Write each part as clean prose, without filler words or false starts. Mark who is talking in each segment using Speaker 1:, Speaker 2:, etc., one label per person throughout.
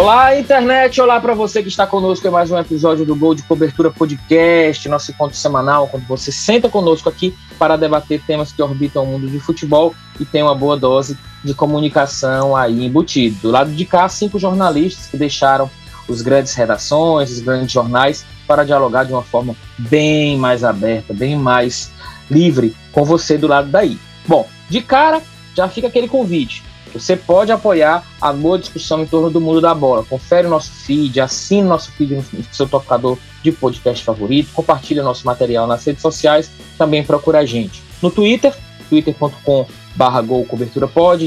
Speaker 1: Olá, internet! Olá para você que está conosco em mais um episódio do Gol de Cobertura Podcast, nosso encontro semanal, quando você senta conosco aqui para debater temas que orbitam o mundo de futebol e tem uma boa dose de comunicação aí embutido. Do lado de cá, 5 jornalistas que deixaram as grandes redações, os grandes jornais, para dialogar de uma forma bem mais aberta, bem mais livre com você do lado daí. Bom, de cara, já fica aquele convite. Você pode apoiar a boa discussão em torno do mundo da bola. Confere o nosso feed, assine o nosso feed no seu tocador de podcast favorito, compartilha nosso material nas redes sociais, também procura a gente no Twitter, twitter.com/golcoberturapod,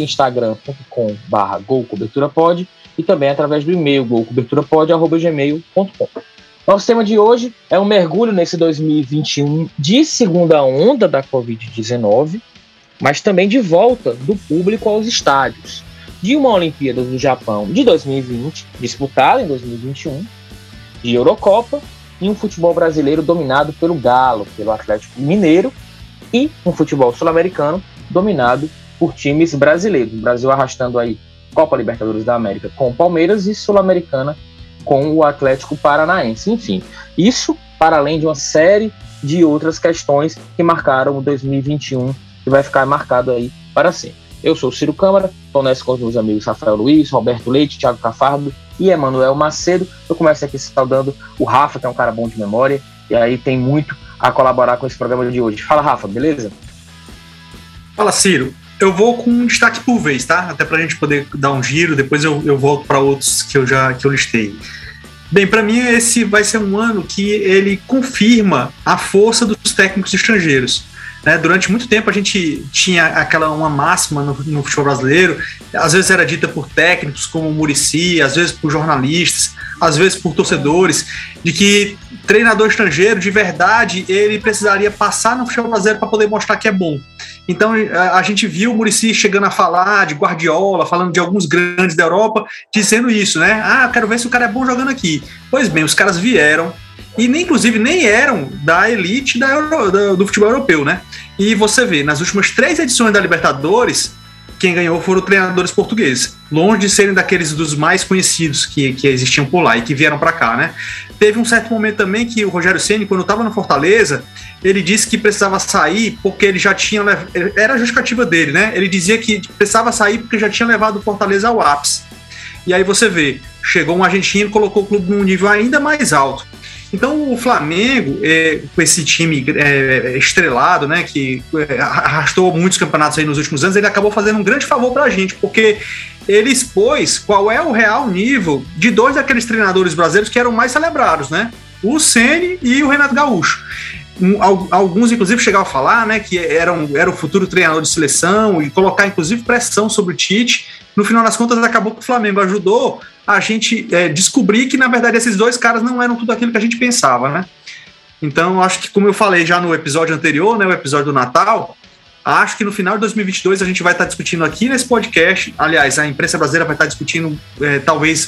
Speaker 1: instagram.com/golcoberturapod e também através do e-mail golcoberturapod@gmail.com. Nosso tema de hoje é um mergulho nesse 2021 de segunda onda da Covid-19, mas também de volta do público aos estádios, de uma Olimpíada do Japão de 2020, disputada em 2021, de Eurocopa, e um futebol brasileiro dominado pelo Galo, pelo Atlético Mineiro, e um futebol sul-americano dominado por times brasileiros. O Brasil arrastando aí Copa Libertadores da América com o Palmeiras e Sul-Americana com o Atlético Paranaense. Enfim, isso para além de uma série de outras questões que marcaram o 2021, que vai ficar marcado aí para sempre. Eu sou o Ciro Câmara, estou nessa com os meus amigos Rafael Luiz, Roberto Leite, Thiago Cafardo e Emanuel Macedo. Eu começo aqui saudando o Rafa, que é um cara bom de memória, e aí tem muito a colaborar com esse programa de hoje. Fala, Rafa, beleza?
Speaker 2: Fala, Ciro. Eu vou com um destaque por vez, tá? Até para a gente poder dar um giro, depois eu volto para outros que eu listei. Bem, para mim esse vai ser um ano que ele confirma a força dos técnicos estrangeiros. Durante muito tempo a gente tinha uma máxima no futebol brasileiro, às vezes era dita por técnicos como o Muricy, às vezes por jornalistas, às vezes por torcedores, de que treinador estrangeiro, de verdade, ele precisaria passar no futebol brasileiro para poder mostrar que é bom. Então a gente viu o Muricy chegando a falar de Guardiola, falando de alguns grandes da Europa, dizendo isso, né? Eu quero ver se o cara é bom jogando aqui. Pois bem, os caras vieram, e inclusive nem eram da elite do futebol europeu, né? E você vê, nas últimas 3 edições da Libertadores, quem ganhou foram treinadores portugueses, longe de serem daqueles dos mais conhecidos que existiam por lá e que vieram para cá, né? Teve um certo momento também que o Rogério Ceni, quando estava no Fortaleza, ele disse que precisava sair porque ele já tinha... Era a justificativa dele, né? Ele dizia que precisava sair porque já tinha levado o Fortaleza ao ápice. E aí você vê, chegou um argentino e colocou o clube num nível ainda mais alto. Então o Flamengo, com esse time estrelado, né, que arrastou muitos campeonatos aí nos últimos anos, ele acabou fazendo um grande favor pra gente, porque ele expôs qual é o real nível de 2 daqueles treinadores brasileiros que eram mais celebrados, né? O Ceni e o Renato Gaúcho. Alguns, inclusive, chegavam a falar, né, que era o futuro treinador de seleção e colocar, inclusive, pressão sobre o Tite. No final das contas, acabou que o Flamengo ajudou a gente descobrir que, na verdade, esses 2 caras não eram tudo aquilo que a gente pensava, né? Então, acho que, como eu falei já no episódio anterior, né, o episódio do Natal, acho que no final de 2022 a gente vai estar discutindo aqui nesse podcast, aliás, a imprensa brasileira vai estar discutindo, talvez,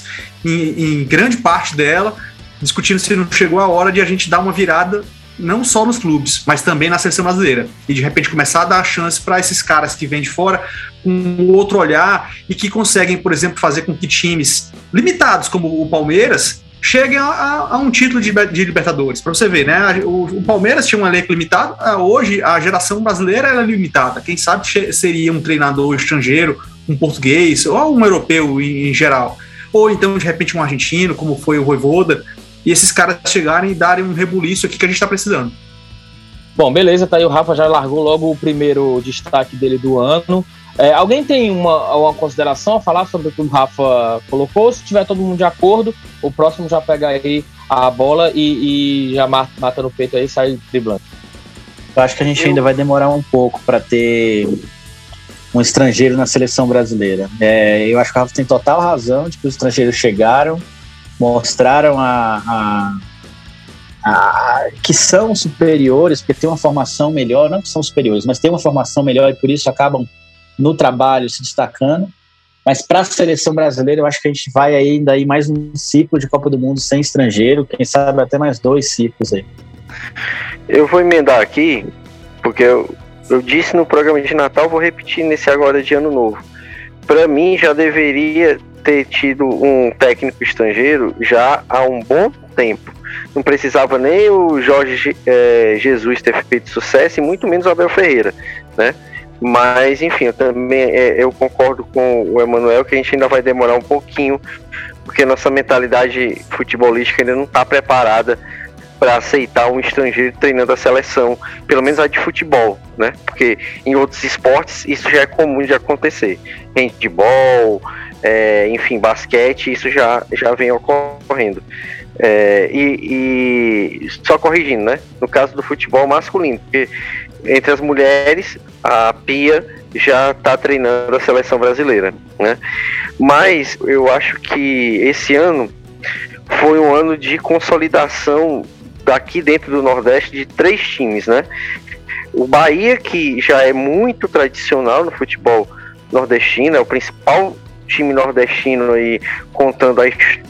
Speaker 2: em grande parte dela, discutindo se não chegou a hora de a gente dar uma virada não só nos clubes, mas também na seleção brasileira. E de repente começar a dar chance para esses caras que vêm de fora com um outro olhar e que conseguem, por exemplo, fazer com que times limitados como o Palmeiras cheguem a um título de Libertadores. Para você ver, né? O Palmeiras tinha um elenco limitado, hoje a geração brasileira é limitada. Quem sabe seria um treinador estrangeiro, um português ou um europeu em geral. Ou então, de repente, um argentino, como foi o Vojvoda, e esses caras chegarem e darem um rebuliço aqui que a gente está precisando.
Speaker 1: Bom, beleza, tá aí o Rafa já largou logo o primeiro destaque dele do ano. Alguém tem uma consideração a falar sobre o que o Rafa colocou? Se tiver todo mundo de acordo, o próximo já pega aí a bola e já mata no peito aí e sai driblando.
Speaker 3: Eu acho que a gente ainda vai demorar um pouco para ter um estrangeiro na seleção brasileira. Eu acho que o Rafa tem total razão de que os estrangeiros chegaram, mostraram que são superiores, porque tem uma formação melhor, não que são superiores, mas tem uma formação melhor e por isso acabam no trabalho se destacando. Mas para a seleção brasileira, eu acho que a gente vai ainda aí mais um ciclo de Copa do Mundo sem estrangeiro, quem sabe até mais 2 ciclos aí.
Speaker 4: Eu vou emendar aqui, porque eu disse no programa de Natal, vou repetir nesse agora de Ano Novo. Para mim, já deveria ter tido um técnico estrangeiro já há um bom tempo. Não precisava nem o Jorge Jesus ter feito sucesso, e muito menos o Abel Ferreira, né? Mas, enfim, eu concordo com o Emanuel que a gente ainda vai demorar um pouquinho, porque nossa mentalidade futebolística ainda não está preparada para aceitar um estrangeiro treinando a seleção, pelo menos a de futebol, né? Porque em outros esportes isso já é comum de acontecer. Handball, enfim, basquete, isso já vem ocorrendo. E só corrigindo, né? No caso do futebol masculino, porque entre as mulheres, a Pia já está treinando a seleção brasileira, né? Mas eu acho que esse ano foi um ano de consolidação daqui dentro do Nordeste de 3 times, né? O Bahia, que já é muito tradicional no futebol nordestino, é o principal time nordestino aí, contando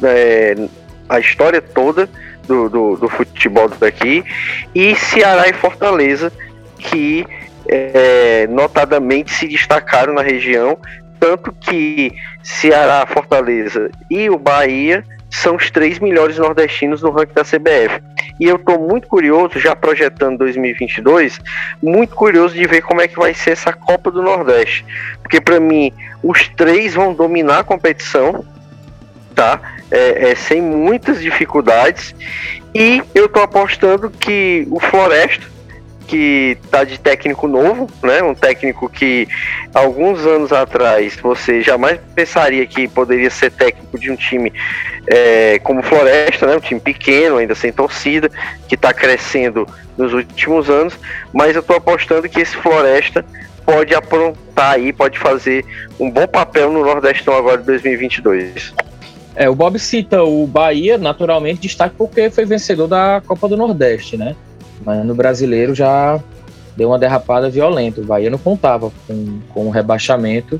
Speaker 4: a história toda do futebol daqui, e Ceará e Fortaleza, que notadamente se destacaram na região, tanto que Ceará, Fortaleza e o Bahia são os 3 melhores nordestinos no ranking da CBF. E eu estou muito curioso, já projetando 2022, muito curioso de ver como é que vai ser essa Copa do Nordeste. Porque para mim, os 3 vão dominar a competição, tá? Sem muitas dificuldades. E eu estou apostando que o Floresta, que está de técnico novo, né? Um técnico que alguns anos atrás você jamais pensaria que poderia ser técnico de um time como Floresta, né? Um time pequeno, ainda sem torcida, que está crescendo nos últimos anos, mas eu estou apostando que esse Floresta pode aprontar aí, pode fazer um bom papel no Nordestão agora de 2022.
Speaker 1: O Bob cita o Bahia, naturalmente, destaque porque foi vencedor da Copa do Nordeste, né? Mas no Brasileiro já deu uma derrapada violenta. O Bahia não contava com o rebaixamento,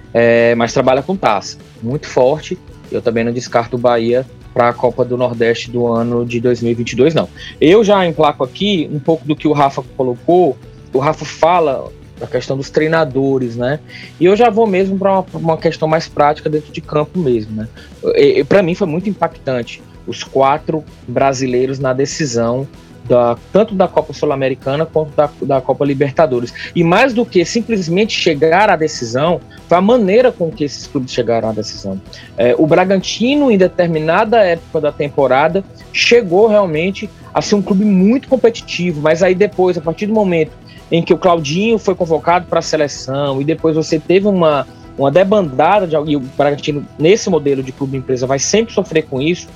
Speaker 1: mas trabalha com taça. Muito forte. Eu também não descarto o Bahia para a Copa do Nordeste do ano de 2022, não. Eu já emplaco aqui um pouco do que o Rafa colocou. O Rafa fala da questão dos treinadores, né? E eu já vou mesmo para uma questão mais prática dentro de campo mesmo, né? Para mim foi muito impactante os 4 brasileiros na decisão tanto da Copa Sul-Americana quanto da Copa Libertadores. E mais do que simplesmente chegar à decisão, foi a maneira com que esses clubes chegaram à decisão. O Bragantino, em determinada época da temporada, chegou realmente a ser um clube muito competitivo, mas aí depois, a partir do momento em que o Claudinho foi convocado para a seleção, e depois você teve uma debandada, e o Bragantino, nesse modelo de clube-empresa, vai sempre sofrer com isso,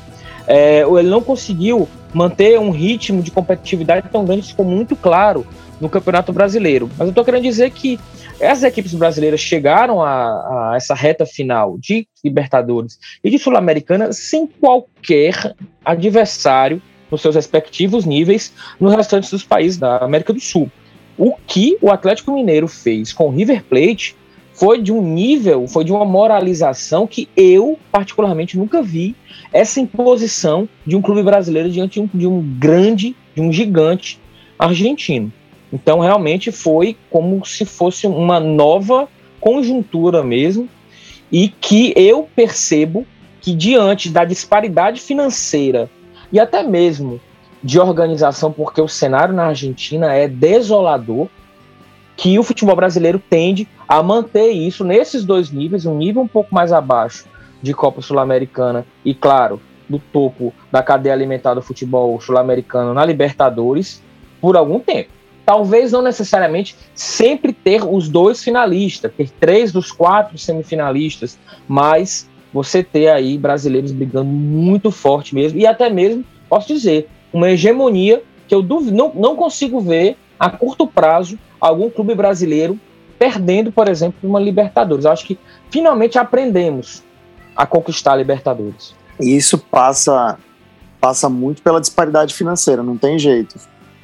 Speaker 1: ele não conseguiu manter um ritmo de competitividade tão grande. Isso ficou muito claro no Campeonato Brasileiro. Mas eu estou querendo dizer que as equipes brasileiras chegaram a essa reta final de Libertadores e de Sul-Americana sem qualquer adversário nos seus respectivos níveis nos restantes dos países da América do Sul. O que o Atlético Mineiro fez com o River Plate foi de um nível, foi de uma moralização que eu, particularmente, nunca vi essa imposição de um clube brasileiro diante de um gigante argentino. Então, realmente foi como se fosse uma nova conjuntura mesmo, e que eu percebo que, diante da disparidade financeira e até mesmo de organização, porque o cenário na Argentina é desolador, que o futebol brasileiro tende a manter isso nesses 2 níveis, um nível um pouco mais abaixo de Copa Sul-Americana e, claro, do topo da cadeia alimentar do futebol sul-americano na Libertadores, por algum tempo. Talvez não necessariamente sempre ter os 2 finalistas, ter 3 dos 4 semifinalistas, mas você ter aí brasileiros brigando muito forte mesmo, e até mesmo, posso dizer, uma hegemonia que eu não consigo ver a curto prazo algum clube brasileiro perdendo, por exemplo, uma Libertadores. Eu acho que finalmente aprendemos a conquistar a Libertadores.
Speaker 5: E isso passa muito pela disparidade financeira, não tem jeito.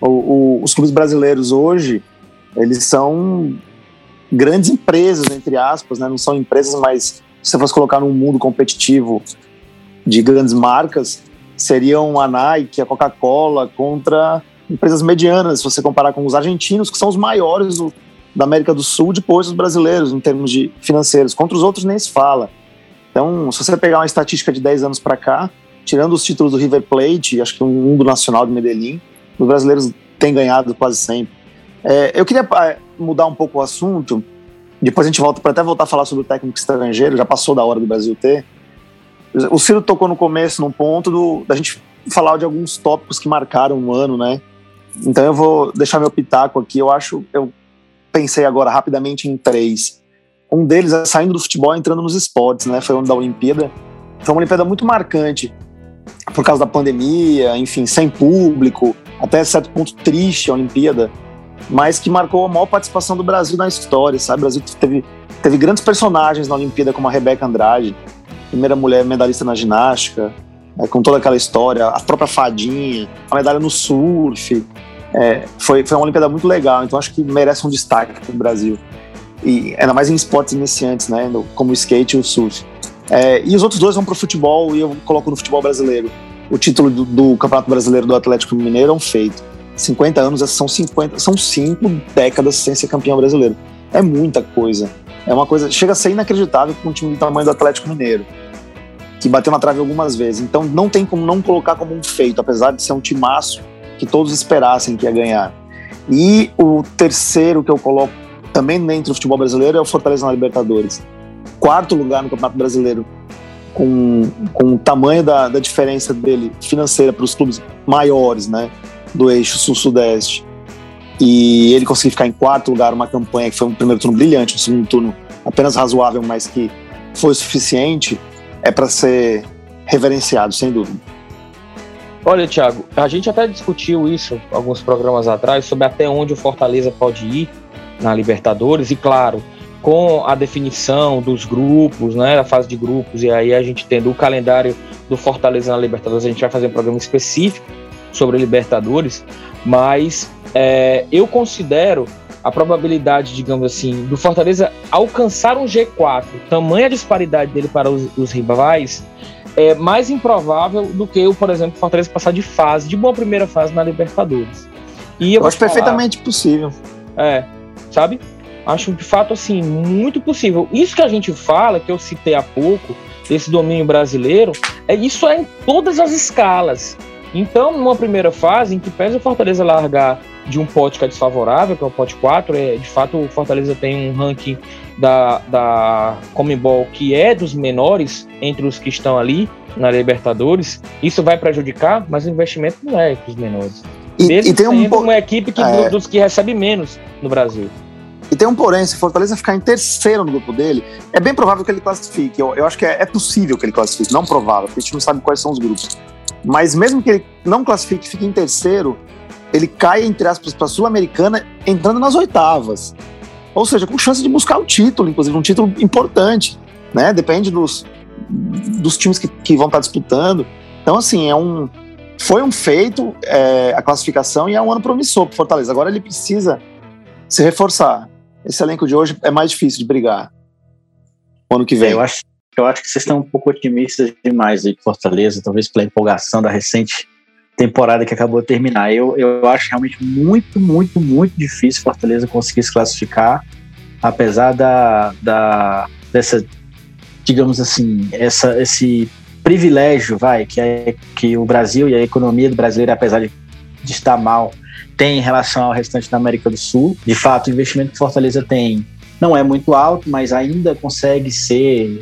Speaker 5: Os clubes brasileiros hoje, eles são grandes empresas, entre aspas, né? Não são empresas, mas se você fosse colocar num mundo competitivo de grandes marcas, seriam a Nike, a Coca-Cola contra empresas medianas, se você comparar com os argentinos, que são os maiores da América do Sul, depois dos brasileiros, em termos de financeiros. Contra os outros nem se fala. Então, se você pegar uma estatística de 10 anos para cá, tirando os títulos do River Plate, acho que um do Nacional de Medellín, os brasileiros têm ganhado quase sempre. Eu queria mudar um pouco o assunto, depois a gente volta para até voltar a falar sobre o técnico estrangeiro, já passou da hora do Brasil ter. O Ciro tocou no começo num ponto da gente falar de alguns tópicos que marcaram o ano, né? Então eu vou deixar meu pitaco aqui. Eu pensei agora rapidamente em 3. Um deles é saindo do futebol e entrando nos esportes, né? Foi o ano da Olimpíada. Foi uma Olimpíada muito marcante por causa da pandemia, enfim, sem público, até certo ponto triste a Olimpíada, mas que marcou a maior participação do Brasil na história, sabe? O Brasil teve grandes personagens na Olimpíada, como a Rebeca Andrade, primeira mulher medalhista na ginástica, com toda aquela história, a própria fadinha, a medalha no surf. Foi uma Olimpíada muito legal, então acho que merece um destaque para o Brasil. E ainda mais em esportes iniciantes, né, como o skate e o surf. E os outros 2 vão para o futebol, e eu coloco no futebol brasileiro. O título do Campeonato Brasileiro do Atlético Mineiro é um feito. 50 anos são 5 décadas sem ser campeão brasileiro. É muita coisa. É uma coisa, chega a ser inacreditável para um time do tamanho do Atlético Mineiro, que bateu na trave algumas vezes. Então não tem como não colocar como um feito, apesar de ser um timaço que todos esperassem que ia ganhar. E o terceiro que eu coloco também dentro do futebol brasileiro é o Fortaleza na Libertadores. 4º lugar no Campeonato Brasileiro, com o tamanho da diferença dele financeira para os clubes maiores, né, do eixo sul-sudeste. E ele conseguiu ficar em 4º lugar, uma campanha que foi um primeiro turno brilhante, um segundo turno apenas razoável, mas que foi o suficiente, para ser reverenciado, sem dúvida.
Speaker 1: Olha, Thiago, a gente até discutiu isso alguns programas atrás, sobre até onde o Fortaleza pode ir na Libertadores, e claro, com a definição dos grupos, né, a fase de grupos, e aí a gente tendo o calendário do Fortaleza na Libertadores, a gente vai fazer um programa específico sobre a Libertadores, mas eu considero a probabilidade, digamos assim, do Fortaleza alcançar um G4, tamanha disparidade dele para os rivais, é mais improvável do que, por exemplo, o Fortaleza passar de boa primeira fase na Libertadores. E eu
Speaker 5: acho perfeitamente possível.
Speaker 1: Sabe? Acho de fato assim, muito possível. Isso que a gente fala, que eu citei há pouco, esse domínio brasileiro, isso é em todas as escalas. Então, numa primeira fase, em que pese o Fortaleza largar de um pote que é desfavorável, que é o pote 4, de fato o Fortaleza tem um ranking da Conmebol que é dos menores entre os que estão ali na Libertadores. Isso vai prejudicar, mas o investimento não é entre os menores. Mesmo tem uma equipe dos que recebe menos no Brasil.
Speaker 5: E tem um porém, se o Fortaleza ficar em 3º no grupo dele, é bem provável que ele classifique. Eu acho que é possível que ele classifique, não provável, porque a gente não sabe quais são os grupos. Mas mesmo que ele não classifique, fique em 3º, ele cai, entre aspas, para a Sul-Americana, entrando nas 8avas. Ou seja, com chance de buscar o título, inclusive um título importante, né? Depende dos times que vão estar disputando. Então, assim, foi um feito a classificação, e é um ano promissor para o Fortaleza. Agora ele precisa se reforçar. Esse elenco de hoje é mais difícil de brigar o ano que vem.
Speaker 3: Eu acho que vocês estão um pouco otimistas demais aí com Fortaleza, talvez pela empolgação da recente temporada que acabou de terminar. Eu acho realmente muito, muito, muito difícil Fortaleza conseguir se classificar, apesar dessa, digamos assim, esse privilégio, que o Brasil e a economia do brasileiro, apesar de estar mal, tem em relação ao restante da América do Sul. De fato, o investimento que Fortaleza tem não é muito alto, mas ainda consegue ser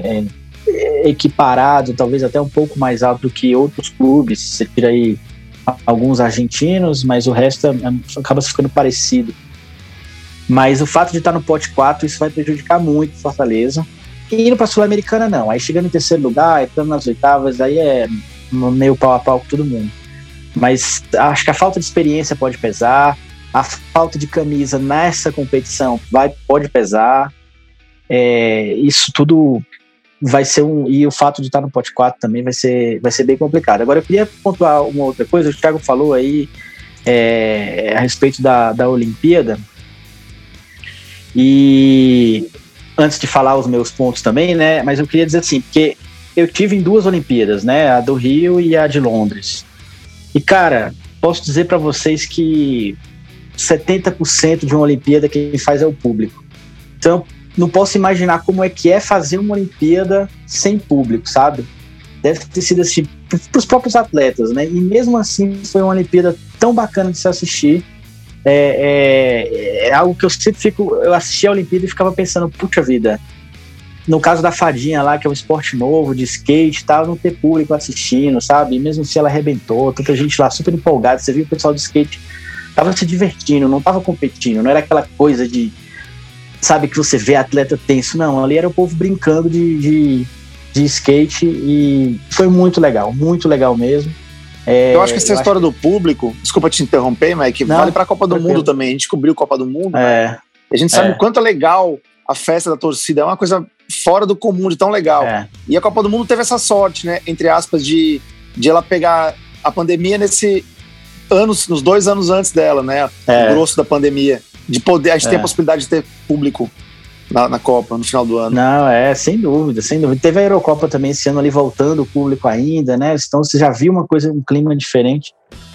Speaker 3: equiparado, talvez até um pouco mais alto do que outros clubes. Você tira aí alguns argentinos, mas o resto acaba ficando parecido. Mas o fato de estar no pote 4, isso vai prejudicar muito Fortaleza. E indo para a Sul-Americana, não. Aí chegando em 3º lugar, entrando nas 8avas, aí é meio pau a pau com todo mundo. Mas acho que a falta de experiência pode pesar, a falta de camisa nessa competição pode pesar, isso tudo vai ser e o fato de estar no pote 4 também vai ser bem complicado. Agora eu queria pontuar uma outra coisa. O Thiago falou aí a respeito da Olimpíada, e antes de falar os meus pontos também, né, mas eu queria dizer assim, porque eu tive em 2 Olimpíadas, né, a do Rio e a de Londres. E, cara, posso dizer para vocês que 70% de uma Olimpíada quem faz é o público. Então, não posso imaginar como é que é fazer uma Olimpíada sem público, sabe? Deve ter sido assim, para os próprios atletas, né? E mesmo assim foi uma Olimpíada tão bacana de se assistir. É algo que eu sempre fico... Eu assistia a Olimpíada e ficava pensando, puxa vida, no caso da fadinha lá, que é um esporte novo, de skate e tal, não ter público assistindo, sabe? E mesmo se ela arrebentou, tanta gente lá super empolgada, você viu o pessoal do skate tava se divertindo, não tava competindo, não era aquela coisa de, sabe, que você vê atleta tenso, não, ali era o povo brincando de skate e foi muito legal mesmo.
Speaker 5: Eu acho que essa história do público, desculpa te interromper, Mike, vale pra Copa do Mundo também, a gente cobriu a Copa do Mundo, né? A gente sabe o quanto é legal a festa da torcida, é uma coisa fora do comum, de tão legal. E a Copa do Mundo teve essa sorte, né, entre aspas, de ela pegar a pandemia nos 2 anos antes dela, né? O grosso da pandemia. De poder, a gente tem a possibilidade de ter público na Copa, no final do ano.
Speaker 3: Não, sem dúvida, sem dúvida. Teve a Eurocopa também esse ano ali, voltando o público ainda, né? Então você já viu um clima diferente.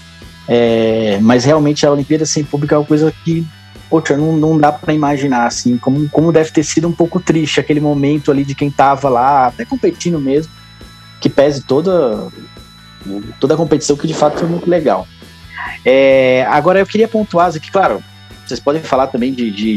Speaker 3: Mas realmente a Olimpíada sem público é uma coisa que, poxa, não dá pra imaginar, assim, como deve ter sido um pouco triste aquele momento ali de quem tava lá, até competindo mesmo, que pese toda a competição, que de fato foi muito legal. Agora eu queria pontuar aqui, claro, vocês podem falar também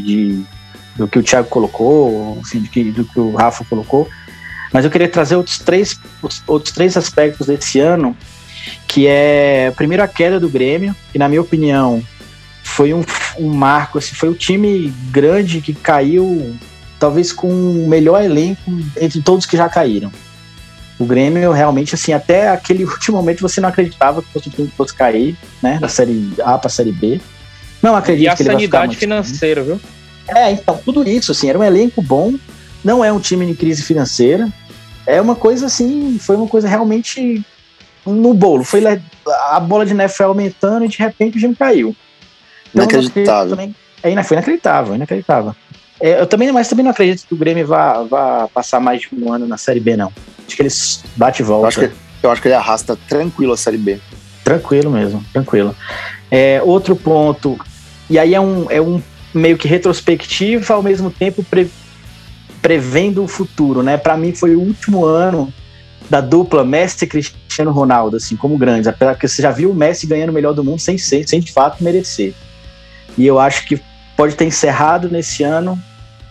Speaker 3: do que o Thiago colocou, enfim, do que o Rafa colocou, mas eu queria trazer outros três aspectos desse ano, que é, primeiro, a queda do Grêmio, que na minha opinião foi um marco, assim, foi o time grande que caiu, talvez com o melhor elenco entre todos que já caíram. O Grêmio realmente, assim, até aquele último momento você não acreditava que fosse o time que fosse cair, né, da Série A para a Série B. Não acredito que ele vai ficar...
Speaker 1: E a sanidade financeira, viu?
Speaker 3: Então, tudo isso, assim, era um elenco bom, não é um time em crise financeira, é uma coisa, assim, foi uma coisa realmente no bolo. Foi a bola de neve foi aumentando e de repente o time caiu. Então,
Speaker 5: inacreditável.
Speaker 3: Foi inacreditável. Mas também não acredito que o Grêmio vá passar mais de um ano na Série B, não. Acho que eles bate e volta.
Speaker 5: Eu acho que ele arrasta tranquilo a Série B.
Speaker 3: Tranquilo mesmo, tranquilo. Outro ponto, e aí é um meio que retrospectiva, ao mesmo tempo prevendo o futuro, né? Para mim foi o último ano da dupla Messi e Cristiano Ronaldo, assim, como grandes, apesar que você já viu o Messi ganhando o melhor do mundo sem de fato merecer. E eu acho que pode ter encerrado nesse ano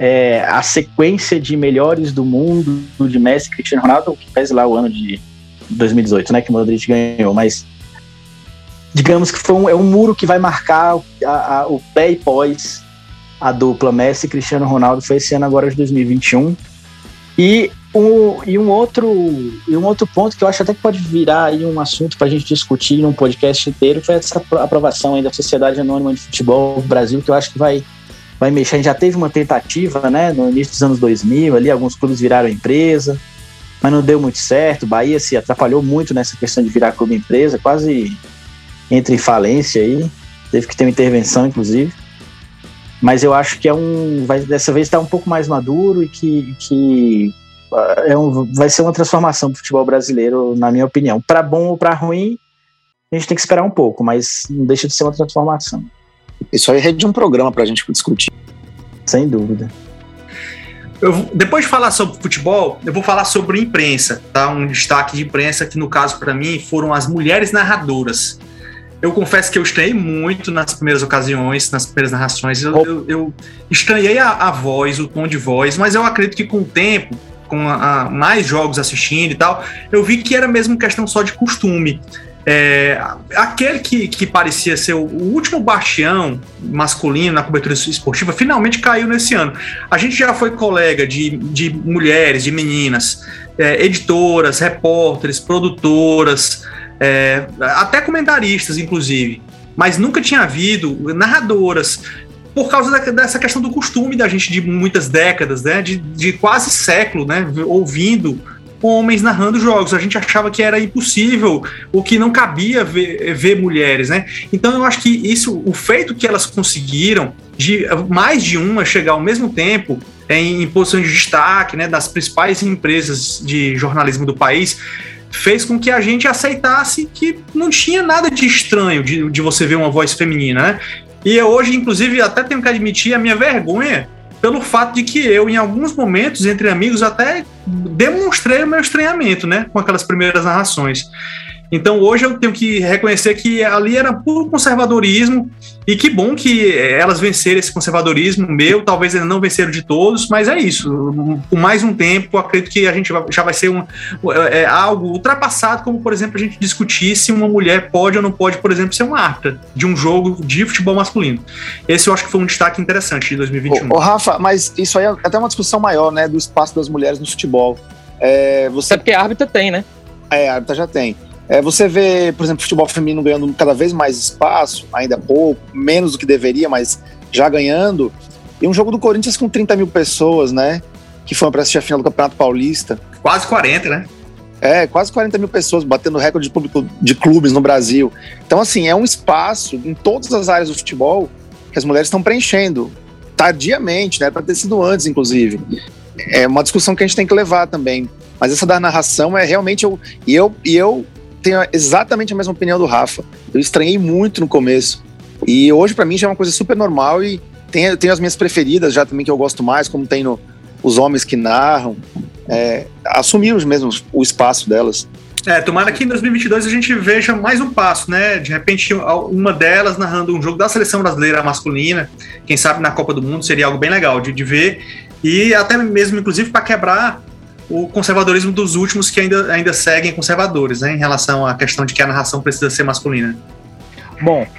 Speaker 3: a sequência de melhores do mundo de Messi e Cristiano Ronaldo, que pese lá o ano de 2018, né, que o Modric ganhou, mas digamos que foi um muro que vai marcar o pré e pós a dupla Messi e Cristiano Ronaldo, foi esse ano agora de 2021. E um outro ponto que eu acho até que pode virar aí um assunto para a gente discutir num podcast inteiro foi essa aprovação aí da Sociedade Anônima de Futebol do Brasil, que eu acho que vai mexer. A gente já teve uma tentativa, né, no início dos anos 2000, ali alguns clubes viraram empresa, mas não deu muito certo. O Bahia se atrapalhou muito nessa questão de virar clube empresa, quase entra em falência aí, teve que ter uma intervenção, inclusive. Mas eu acho que dessa vez está um pouco mais maduro e que vai ser uma transformação para o futebol brasileiro, na minha opinião. Para bom ou para ruim, a gente tem que esperar um pouco, mas não deixa de ser uma transformação.
Speaker 5: Isso aí é de um programa para a gente discutir.
Speaker 3: Sem dúvida.
Speaker 2: Depois de falar sobre futebol, eu vou falar sobre imprensa, tá? Um destaque de imprensa que, no caso, para mim, foram as mulheres narradoras. Eu confesso que eu estranhei muito nas primeiras ocasiões, nas primeiras narrações. Eu estranhei a voz, o tom de voz, mas eu acredito que com o tempo, com mais jogos assistindo e tal, eu vi que era mesmo questão só de costume. Aquele que parecia ser o último bastião masculino na cobertura esportiva finalmente caiu nesse ano. A gente já foi colega de mulheres, de meninas, editoras, repórteres, produtoras, até comentaristas, inclusive, mas nunca tinha havido narradoras, por causa dessa questão do costume da gente de muitas décadas, né, de quase século, né, ouvindo homens narrando jogos. A gente achava que era impossível, ou que não cabia ver mulheres, né? Então eu acho que o feito que elas conseguiram, de mais de uma chegar ao mesmo tempo em posição de destaque, né, das principais empresas de jornalismo do país, fez com que a gente aceitasse que não tinha nada de estranho de você ver uma voz feminina, né? E hoje, inclusive, até tenho que admitir a minha vergonha pelo fato de que eu, em alguns momentos, entre amigos, até demonstrei o meu estranhamento, né, com aquelas primeiras narrações. Então hoje eu tenho que reconhecer que ali era puro conservadorismo, e que bom que elas venceram esse conservadorismo meu, talvez ainda não venceram de todos, mas é isso. Por mais um tempo, acredito que a gente já vai ser algo ultrapassado, como por exemplo a gente discutir se uma mulher pode ou não pode, por exemplo, ser uma árbitra de um jogo de futebol masculino. Esse eu acho que foi um destaque interessante de 2021.
Speaker 5: Ô Rafa, mas isso aí é até uma discussão maior, né, do espaço das mulheres no futebol.
Speaker 1: Até porque a árbitra tem, né?
Speaker 5: A árbitra já tem. Você vê, por exemplo, o futebol feminino ganhando cada vez mais espaço, ainda pouco, menos do que deveria, mas já ganhando. E um jogo do Corinthians com 30 mil pessoas, né? Que foram para assistir a final do Campeonato Paulista.
Speaker 2: Quase 40, né?
Speaker 5: Quase 40 mil pessoas, batendo recorde de público de clubes no Brasil. Então, assim, é um espaço em todas as áreas do futebol que as mulheres estão preenchendo, tardiamente, né? Para ter sido antes, inclusive. É uma discussão que a gente tem que levar também. Mas essa da narração é realmente... Eu tenho exatamente a mesma opinião do Rafa. Eu estranhei muito no começo. E hoje, pra mim, já é uma coisa super normal. E tenho as minhas preferidas já também, que eu gosto mais, como tem os homens que narram. Assumiram mesmo o espaço delas.
Speaker 2: Tomara que em 2022 a gente veja mais um passo, né? De repente, uma delas narrando um jogo da seleção brasileira masculina. Quem sabe na Copa do Mundo seria algo bem legal de ver. E até mesmo, inclusive, para quebrar o conservadorismo dos últimos que ainda seguem conservadores, né, em relação à questão de que a narração precisa ser masculina.
Speaker 1: Bom,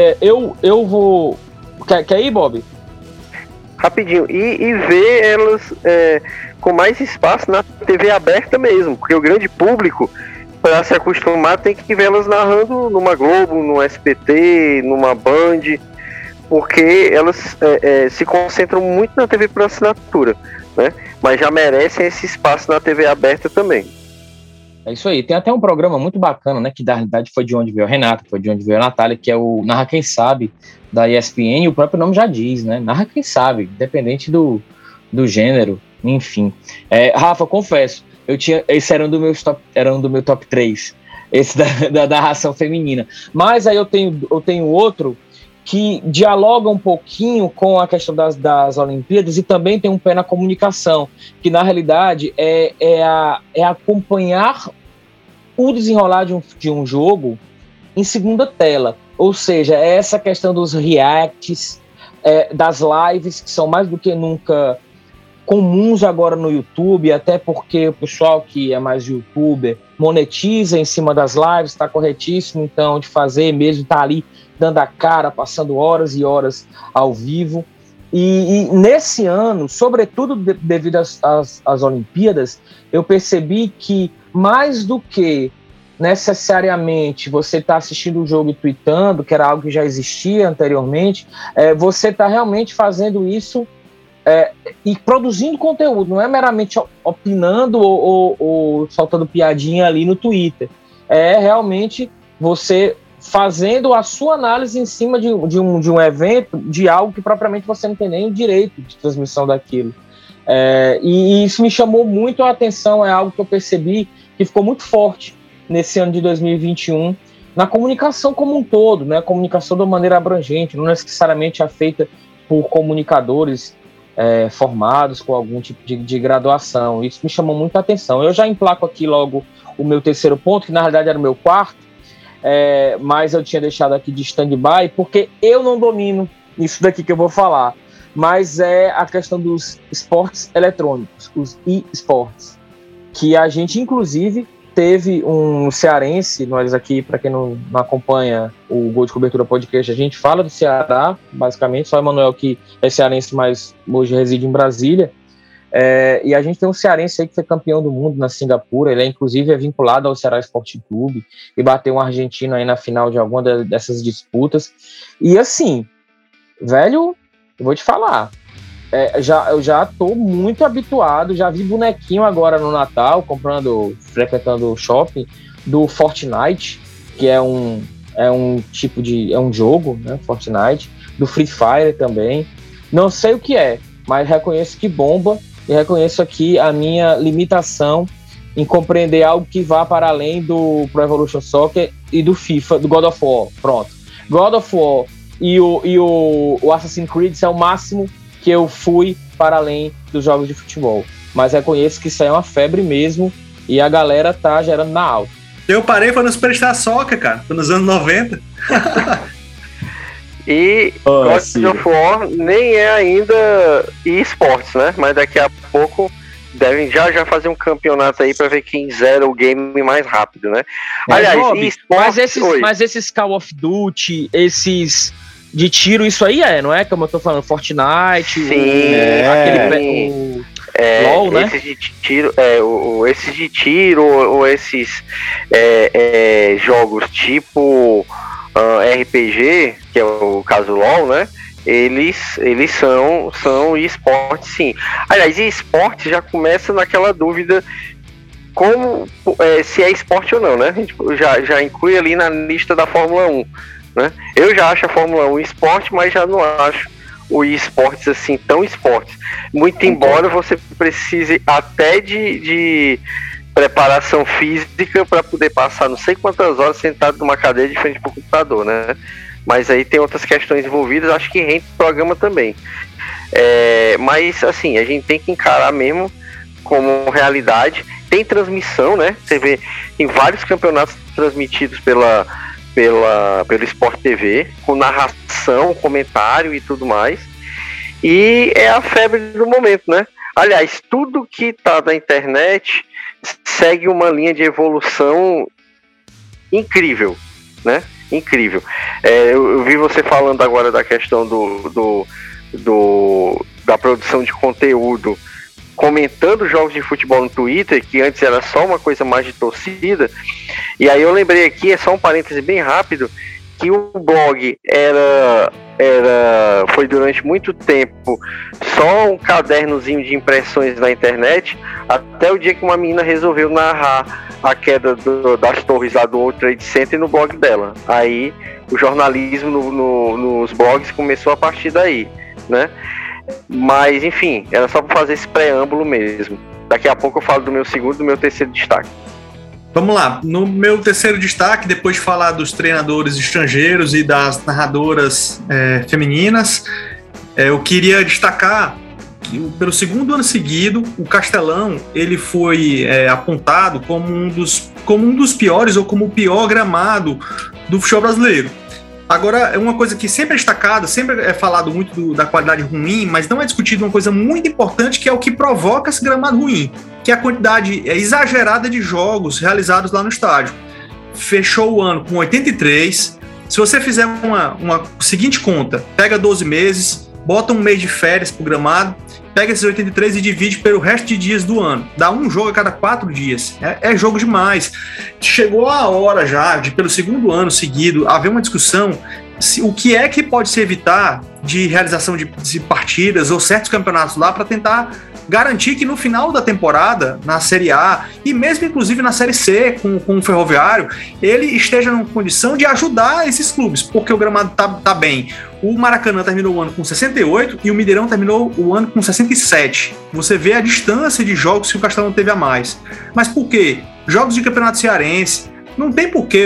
Speaker 1: eu vou... Quer ir, Bob?
Speaker 4: Rapidinho. E ver elas com mais espaço na TV aberta mesmo, porque o grande público, para se acostumar, tem que ver elas narrando numa Globo, no SBT, numa Band, porque elas se concentram muito na TV por assinatura, né? Mas já merecem esse espaço na TV aberta também.
Speaker 1: É isso aí. Tem até um programa muito bacana, né, que na realidade foi de onde veio a Renata, foi de onde veio a Natália, que é o Narra Quem Sabe, da ESPN, e o próprio nome já diz, né? Narra Quem Sabe, independente do gênero, enfim. Rafa, confesso, esse era um do meu top 3, esse da narração feminina. Mas aí eu tenho outro que dialoga um pouquinho com a questão das Olimpíadas e também tem um pé na comunicação, que na realidade é acompanhar o desenrolar de um jogo em segunda tela, ou seja, é essa questão dos reacts, das lives, que são mais do que nunca comuns agora no YouTube, até porque o pessoal que é mais youtuber monetiza em cima das lives, está corretíssimo, então, de fazer mesmo, tá ali dando a cara, passando horas e horas ao vivo. E nesse ano, sobretudo devido às Olimpíadas, eu percebi que mais do que necessariamente você está assistindo o jogo e tweetando, que era algo que já existia anteriormente, você está realmente fazendo isso e produzindo conteúdo, não é meramente opinando ou soltando piadinha ali no Twitter. É realmente você fazendo a sua análise em cima de um evento, de algo que propriamente você não tem nem o direito de transmissão daquilo. E isso me chamou muito a atenção, é algo que eu percebi que ficou muito forte nesse ano de 2021, na comunicação como um todo, né? A comunicação de uma maneira abrangente, não necessariamente é feita por comunicadores formados com algum tipo de graduação. Isso me chamou muito a atenção. Eu já emplaco aqui logo o meu terceiro ponto, que na realidade era o meu quarto, mas eu tinha deixado aqui de stand-by, porque eu não domino isso daqui que eu vou falar, mas é a questão dos esportes eletrônicos, os e-sports, que a gente, inclusive, teve um cearense, nós aqui, para quem não acompanha o Gol de Cobertura Podcast, a gente fala do Ceará, basicamente, só o Emanuel que é cearense, mas hoje reside em Brasília, e a gente tem um cearense aí que foi campeão do mundo na Singapura, ele inclusive vinculado ao Ceará Esporte Clube, e bateu um argentino aí na final de alguma dessas disputas, e assim, velho, eu vou te falar, eu já tô muito habituado, já vi bonequinho agora no Natal, frequentando o shopping, do Fortnite, que é um tipo de... é um jogo, né, Fortnite, do Free Fire também, não sei o que mas reconheço que bomba, e reconheço aqui a minha limitação em compreender algo que vá para além do Pro Evolution Soccer e do FIFA, do God of War, pronto. God of War e o Assassin's Creed é o máximo que eu fui para além dos jogos de futebol. Mas reconheço que isso aí é uma febre mesmo e a galera tá gerando na alta.
Speaker 2: Eu parei foi no Superstar Soccer, cara. Foi nos anos 90.
Speaker 4: E God of War nem é ainda eSports, né? Mas daqui a pouco devem já fazer um campeonato aí pra ver quem zera o game mais rápido, né? Aliás,
Speaker 1: Bob,
Speaker 4: eSports...
Speaker 1: mas esses Call of Duty, esses de tiro, isso aí não é? Como eu tô falando, Fortnite,
Speaker 4: sim,
Speaker 1: aquele... LOL, né?
Speaker 4: Esses de tiro, esses de tiro ou esses jogos tipo RPG, que é o caso LOL, né? Eles são esportes, sim. Aliás, esporte já começa naquela dúvida como se é esporte ou não, né? A gente já inclui ali na lista da Fórmula 1, né? Eu já acho a Fórmula 1 esporte, mas já não acho o esportes assim tão esportes. Muito embora você precise até de preparação física para poder passar não sei quantas horas sentado numa cadeira de frente para o computador, né? Mas aí tem outras questões envolvidas, acho que rende o programa também. Mas assim, a gente tem que encarar mesmo como realidade. Tem transmissão, né? Você vê em vários campeonatos transmitidos pelo Sport TV, com narração, comentário e tudo mais. E é a febre do momento, né? Aliás, tudo que tá na internet segue uma linha de evolução incrível, né? Incrível. Eu vi você falando agora da questão da produção de conteúdo, comentando jogos de futebol no Twitter, que antes era só uma coisa mais de torcida. E aí eu lembrei aqui, é só um parêntese bem rápido, que o blog foi durante muito tempo só um cadernozinho de impressões na internet, até o dia que uma menina resolveu narrar a queda das torres lá do World Trade Center no blog dela. Aí o jornalismo nos blogs começou a partir daí, né? Mas enfim, era só para fazer esse preâmbulo mesmo. Daqui a pouco eu falo do meu segundo e do meu terceiro destaque.
Speaker 2: Vamos lá, no meu terceiro destaque, depois de falar dos treinadores estrangeiros e das narradoras femininas, eu queria destacar que pelo segundo ano seguido, o Castelão ele foi apontado como um dos piores ou como o pior gramado do futebol brasileiro. Agora, é uma coisa que sempre é destacada, sempre é falado muito da qualidade ruim, mas não é discutido uma coisa muito importante, que é o que provoca esse gramado ruim, que é a quantidade exagerada de jogos realizados lá no estádio. Fechou o ano com 83. Se você fizer uma seguinte conta, pega 12 meses, bota um mês de férias pro gramado, pega esses 83 e divide pelo resto de dias do ano. Dá um jogo a cada 4 dias. É jogo demais. Chegou a hora já de, pelo segundo ano seguido, haver uma discussão o que é que pode se evitar de realização de partidas ou certos campeonatos lá para tentar garantir que no final da temporada, na Série A e mesmo inclusive na Série C com o Ferroviário, ele esteja numa condição de ajudar esses clubes, porque o gramado tá bem. O Maracanã terminou o ano com 68 e o Mineirão terminou o ano com 67. Você vê a distância de jogos que o Castelão teve a mais. Mas por quê? Jogos de campeonato cearense, não tem porquê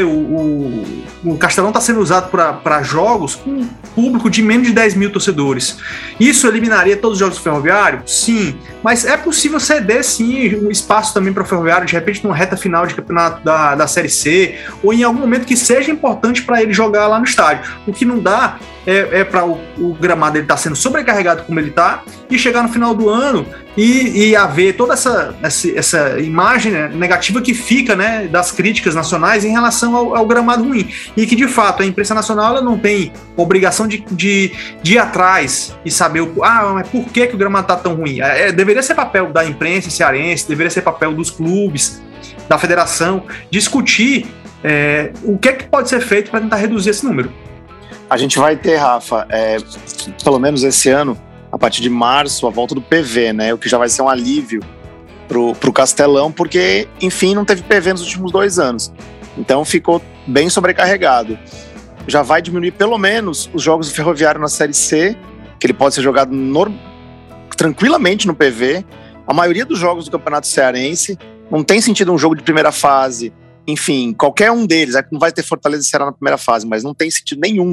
Speaker 2: o Castelão está sendo usado para jogos com um público de menos de 10 mil torcedores. Isso eliminaria todos os jogos do Ferroviário? Sim, mas é possível ceder sim um espaço também para o Ferroviário, de repente numa reta final de campeonato da Série C, ou em algum momento que seja importante para ele jogar lá no estádio. O que não dá é para o gramado ele estar sendo sobrecarregado como ele está, e chegar no final do ano e haver toda essa imagem, né, negativa que fica, né, das críticas nacionais em relação ao gramado ruim. E que, de fato, a imprensa nacional ela não tem obrigação de ir atrás e saber mas por que o gramado está tão ruim. Deveria ser papel da imprensa cearense, deveria ser papel dos clubes, da federação, discutir o que pode ser feito para tentar reduzir esse número.
Speaker 5: A gente vai ter, Rafa, pelo menos esse ano, a partir de março, a volta do PV, né? O que já vai ser um alívio pro Castelão, porque, enfim, não teve PV nos últimos 2 anos. Então ficou bem sobrecarregado. Já vai diminuir pelo menos os jogos do Ferroviário na Série C, que ele pode ser jogado tranquilamente no PV. A maioria dos jogos do Campeonato Cearense não tem sentido um jogo de primeira fase. Enfim, qualquer um deles, não vai ter Fortaleza e Ceará na primeira fase, mas não tem sentido nenhum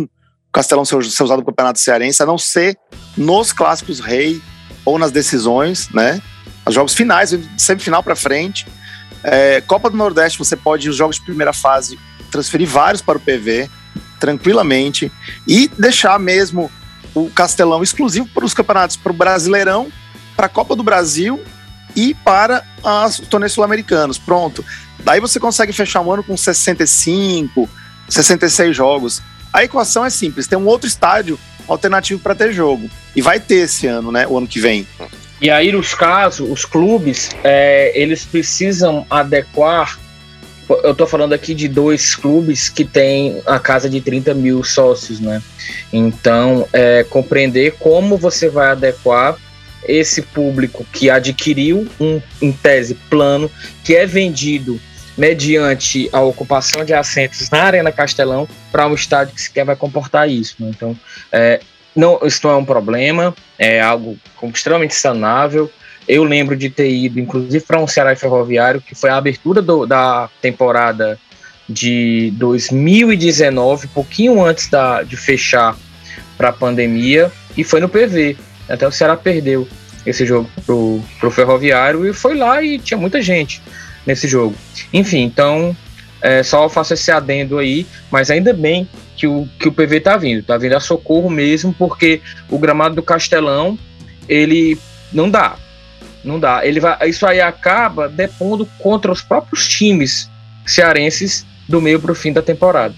Speaker 5: Castelão ser usado no Campeonato Cearense, a não ser nos clássicos rei ou nas decisões, né? Os jogos finais, de semifinal para frente. Copa do Nordeste, você pode, os jogos de primeira fase, transferir vários para o PV, tranquilamente, e deixar mesmo o Castelão exclusivo para os campeonatos, para o Brasileirão, para a Copa do Brasil e para os torneios sul-americanos. Pronto. Daí você consegue fechar um ano com 65, 66 jogos. A equação é simples, tem um outro estádio alternativo para ter jogo. E vai ter esse ano, né? O ano que vem.
Speaker 1: E aí, nos casos, os clubes, eles precisam adequar. Eu estou falando aqui de 2 clubes que têm a casa de 30 mil sócios, né? Então, compreender como você vai adequar esse público que adquiriu em tese, plano, que é vendido mediante a ocupação de assentos na Arena Castelão para um estádio que sequer vai comportar isso, né? Então, isso não é um problema, é algo extremamente sanável. Eu lembro de ter ido, inclusive, para um Ceará e Ferroviário, que foi a abertura da temporada de 2019, pouquinho antes de fechar para a pandemia, e foi no PV. Até o Ceará perdeu esse jogo pro Ferroviário e foi lá e tinha muita gente nesse jogo. Enfim, então, só faço esse adendo aí, mas ainda bem que o PV tá vindo a socorro mesmo, porque o gramado do Castelão, ele não dá. Isso aí acaba depondo contra os próprios times cearenses do meio pro fim da temporada.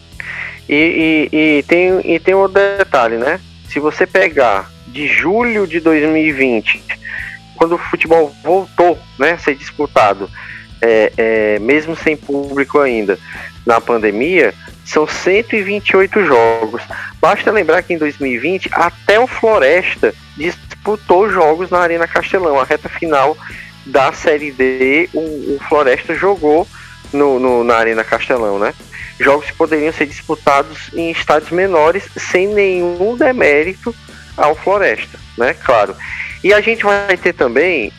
Speaker 4: E tem outro detalhe, né? Se você pegar de julho de 2020, quando o futebol voltou, né, a ser disputado, mesmo sem público ainda, na pandemia, são 128 jogos. Basta lembrar que em 2020, até o Floresta disputou jogos na Arena Castelão. A reta final da Série D, o Floresta jogou na Arena Castelão, né? Jogos que poderiam ser disputados em estádios menores, sem nenhum demérito ao Floresta, né? Claro. E a gente vai ter também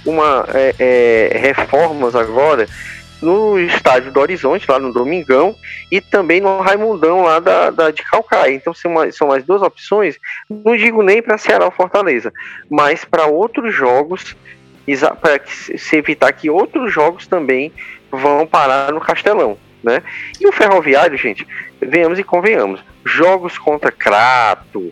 Speaker 4: reformas agora no estádio do Horizonte, lá no Domingão, e também no Raimundão, lá de Calcaia. Então são mais 2 opções, não digo nem para Ceará ou Fortaleza, mas para outros jogos, para se evitar que outros jogos também vão parar no Castelão, né? E o Ferroviário, gente, venhamos e convenhamos, jogos contra Crato,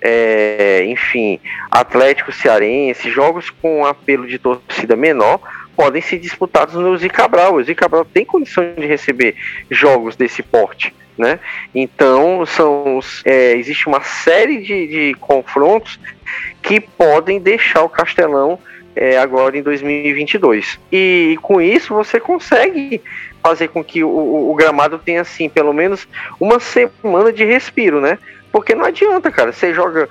Speaker 4: enfim, Atlético Cearense, jogos com apelo de torcida menor, podem ser disputados no Zé Cabral. O Zé Cabral tem condição de receber jogos desse porte, né? Então existe uma série de confrontos que podem deixar o Castelão agora em 2022. E com isso você consegue fazer com que o gramado tenha, assim, pelo menos uma semana de respiro, né? Porque não adianta, cara, você joga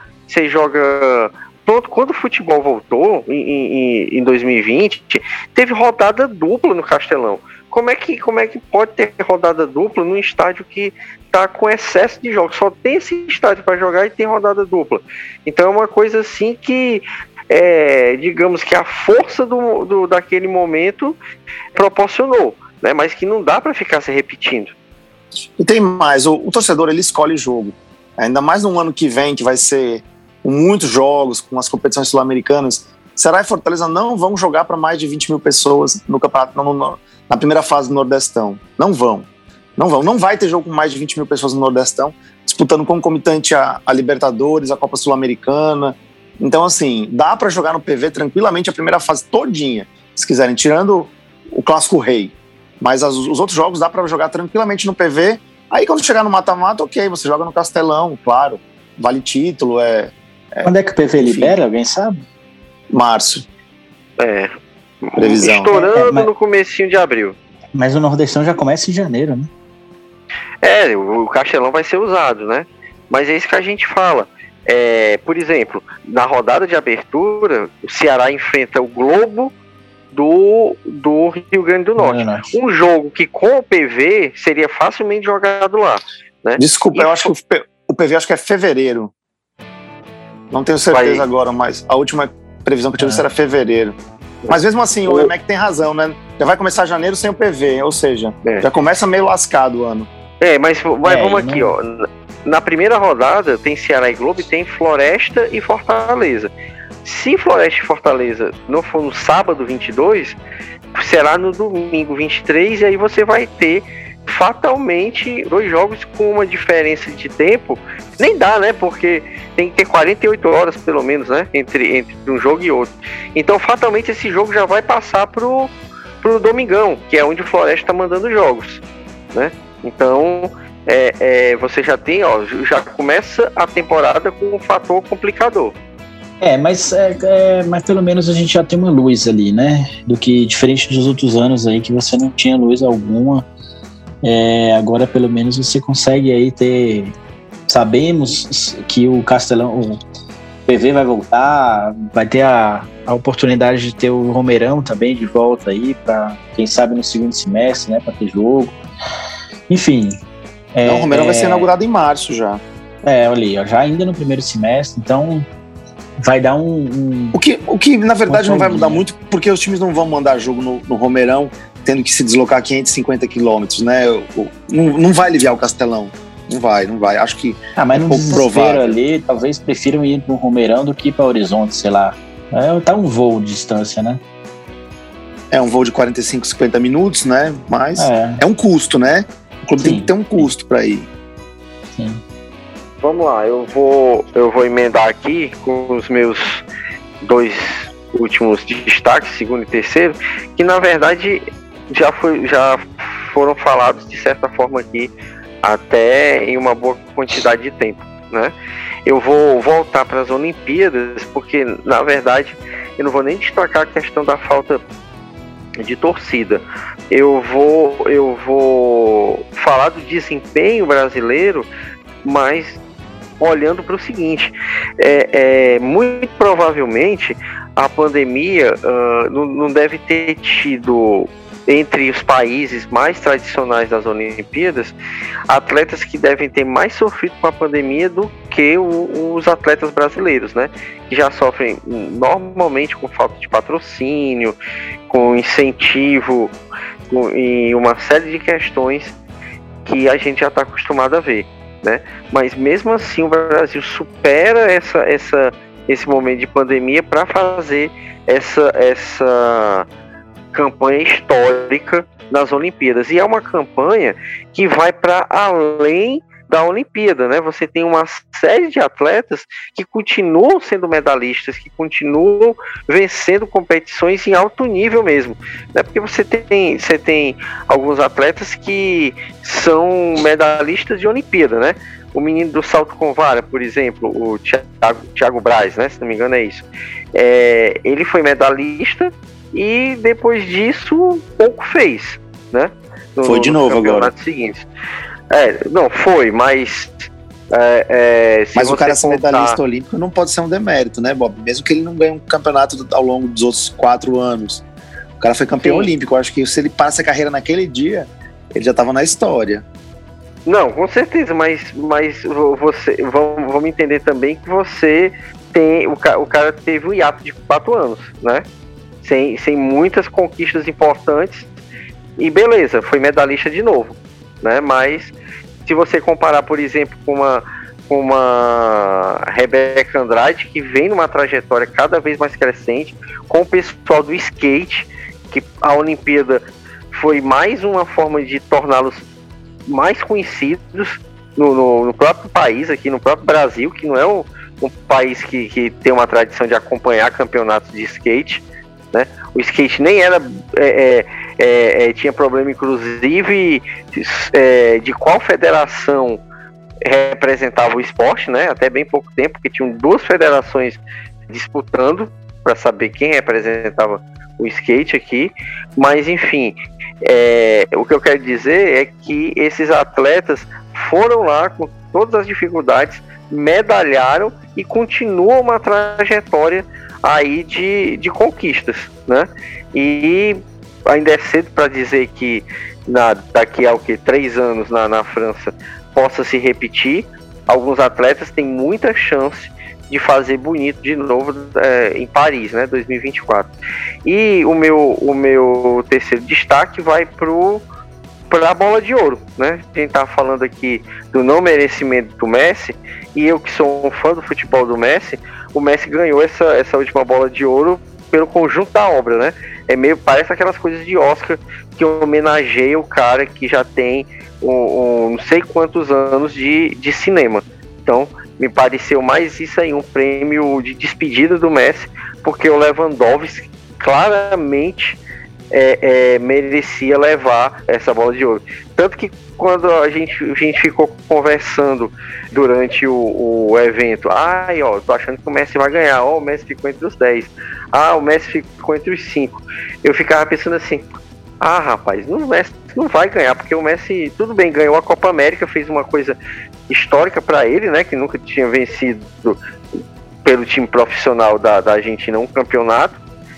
Speaker 4: pronto, quando o futebol voltou em 2020, teve rodada dupla no Castelão. Como é que pode ter rodada dupla num estádio que está com excesso de jogos? Só tem esse estádio para jogar e tem rodada dupla. Então é uma coisa assim que, digamos que a força daquele momento proporcionou, né? Mas que não dá para ficar se repetindo.
Speaker 5: E tem mais, o torcedor, ele escolhe jogo. Ainda mais no ano que vem, que vai ser muitos jogos, com as competições sul-americanas. Ceará e Fortaleza não vão jogar para mais de 20 mil pessoas no campeonato, na primeira fase do Nordestão. Não vão. Não vai ter jogo com mais de 20 mil pessoas no Nordestão, disputando concomitante a Libertadores, a Copa Sul-Americana. Então, assim, dá para jogar no PV tranquilamente a primeira fase todinha, se quiserem, tirando o Clássico Rei. Mas os outros jogos dá para jogar tranquilamente no PV. Aí, quando chegar no mata-mata, ok, você joga no Castelão, claro, vale título,
Speaker 3: Quando é que o PV libera? Alguém sabe?
Speaker 5: Março. Previsão.
Speaker 4: Estourando no comecinho de abril.
Speaker 3: Mas o Nordestão já começa em janeiro, né?
Speaker 4: O Castelão vai ser usado, né? Mas é isso que a gente fala. Por exemplo, na rodada de abertura, o Ceará enfrenta o Globo do Rio Grande do Norte. Um jogo que com o PV seria facilmente jogado lá, né?
Speaker 5: Desculpa, eu acho que o PV acho que é fevereiro. Não tenho certeza agora, mas a última previsão que eu tive era fevereiro. Mas mesmo assim, o EMEC tem razão, né? Já vai começar janeiro sem o PV, ou seja, já começa meio lascado o ano.
Speaker 4: Mas vamos aqui, ó. na primeira rodada tem Ceará e Globo e tem Floresta e Fortaleza. Se Floresta e Fortaleza não for no sábado 22, será no domingo 23, e aí você vai ter fatalmente 2 jogos com uma diferença de tempo. Nem dá, né? Porque tem que ter 48 horas pelo menos, né? Entre um jogo e outro. Então fatalmente esse jogo já vai passar pro domingão, que é onde o Floresta está mandando jogos, né? Então você já tem, já começa a temporada com um fator complicador.
Speaker 3: Mas pelo menos a gente já tem uma luz ali, né? Do que diferente dos outros anos aí que você não tinha luz alguma. Agora pelo menos você consegue aí ter. Sabemos que o Castelão, o PV vai voltar, vai ter a oportunidade de ter o Romeirão também de volta aí, para quem sabe no segundo semestre, né? Para ter jogo. Enfim.
Speaker 5: O Romeirão vai ser inaugurado em março já.
Speaker 3: Olha aí, já ainda no primeiro semestre, então. Vai dar O
Speaker 5: que na verdade não vai mudar muito, porque os times não vão mandar jogo no Romeirão tendo que se deslocar 550 quilômetros, né? Não vai aliviar o Castelão. Não vai. Acho que
Speaker 3: mas no desespero ali, talvez prefiram ir pro Romeirão do que ir para Horizonte, sei lá. Tá um voo de distância, né?
Speaker 5: É um voo de 45, 50 minutos, né? Mas é um custo, né? O clube tem que ter um custo para ir.
Speaker 3: Sim.
Speaker 4: Vamos lá, eu vou emendar aqui com os meus 2 últimos destaques, segundo e terceiro, que na verdade já foram falados de certa forma aqui até em uma boa quantidade de tempo, né? Eu vou voltar para as Olimpíadas, porque na verdade eu não vou nem destacar a questão da falta de torcida. Eu vou falar do desempenho brasileiro, mas olhando para o seguinte, muito provavelmente a pandemia não deve ter tido, entre os países mais tradicionais das Olimpíadas, atletas que devem ter mais sofrido com a pandemia do que os atletas brasileiros, né? Que já sofrem normalmente com falta de patrocínio, com incentivo e uma série de questões que a gente já está acostumado a ver, né? Mas mesmo assim o Brasil supera esse momento de pandemia para fazer essa campanha histórica nas Olimpíadas. E é uma campanha que vai para além da Olimpíada, né? Você tem uma série de atletas que continuam sendo medalhistas, que continuam vencendo competições em alto nível mesmo, né? Porque você tem alguns atletas que são medalhistas de Olimpíada, né? O menino do salto com vara, por exemplo, o Thiago Braz, né? Se não me engano é isso. Ele foi medalhista e depois disso pouco fez, né?
Speaker 5: Foi de novo agora.
Speaker 4: Seguinte. Não foi, mas
Speaker 5: mas o cara ser medalhista olímpico não pode ser um demérito, né, Bob? Mesmo que ele não ganhe um campeonato ao longo dos outros 4 anos. O cara foi campeão olímpico. Eu acho que se ele passa a carreira naquele dia, ele já estava na história.
Speaker 4: Não, com certeza, mas vamos entender também que você tem. O cara teve um hiato de 4 anos, né? Sem muitas conquistas importantes. E beleza, foi medalhista de novo, né? Mas se você comparar, por exemplo, com uma Rebeca Andrade, que vem numa trajetória cada vez mais crescente, com o pessoal do skate, que a Olimpíada foi mais uma forma de torná-los mais conhecidos no próprio país, aqui no próprio Brasil, que não é um país que tem uma tradição de acompanhar campeonatos de skate, né? O skate nem era tinha problema inclusive de qual federação representava o esporte, né? Até bem pouco tempo, porque tinham 2 federações disputando para saber quem representava o skate aqui, mas enfim, o que eu quero dizer é que esses atletas foram lá com todas as dificuldades, medalharam e continuam uma trajetória aí de conquistas, né? E ainda é cedo para dizer que daqui a 3 anos na França possa se repetir. Alguns atletas têm muita chance de fazer bonito de novo em Paris, né, 2024. E o meu terceiro destaque vai pro para a bola de ouro, né? A gente tá falando aqui do não merecimento do Messi, e eu que sou um fã do futebol do Messi, o Messi ganhou essa última bola de ouro pelo conjunto da obra, né? Parece aquelas coisas de Oscar que homenageia o cara que já tem não sei quantos anos de cinema. Então, me pareceu mais isso aí, um prêmio de despedida do Messi, porque o Lewandowski claramente merecia levar essa bola de ouro. Tanto que quando a gente ficou conversando durante o evento, tô achando que o Messi vai ganhar, o Messi ficou entre os 10, o Messi ficou entre os 5, eu ficava pensando assim, rapaz, o Messi não vai ganhar, porque o Messi, tudo bem, ganhou a Copa América, fez uma coisa histórica para ele, né, que nunca tinha vencido pelo time profissional da Argentina um campeonato,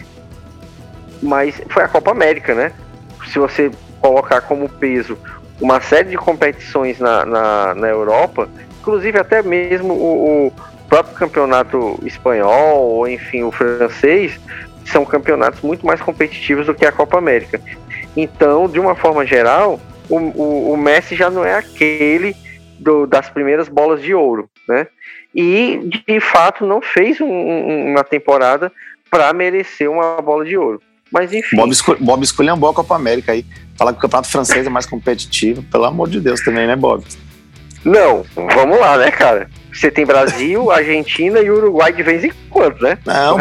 Speaker 4: mas foi a Copa América, né? Se você colocar como peso uma série de competições na Europa, inclusive até mesmo o próprio campeonato espanhol, ou enfim, o francês, são campeonatos muito mais competitivos do que a Copa América. Então, de uma forma geral, o Messi já não é aquele das primeiras bolas de ouro, né? E, de fato, não fez uma temporada para merecer uma bola de ouro. Mas enfim.
Speaker 5: Bob esculhambou a Copa América aí. Falar que o campeonato francês é mais competitivo, pelo amor de Deus também, né, Bob?
Speaker 4: Não, vamos lá, né, cara? Você tem Brasil, Argentina e Uruguai de vez em quando, né?
Speaker 5: Não,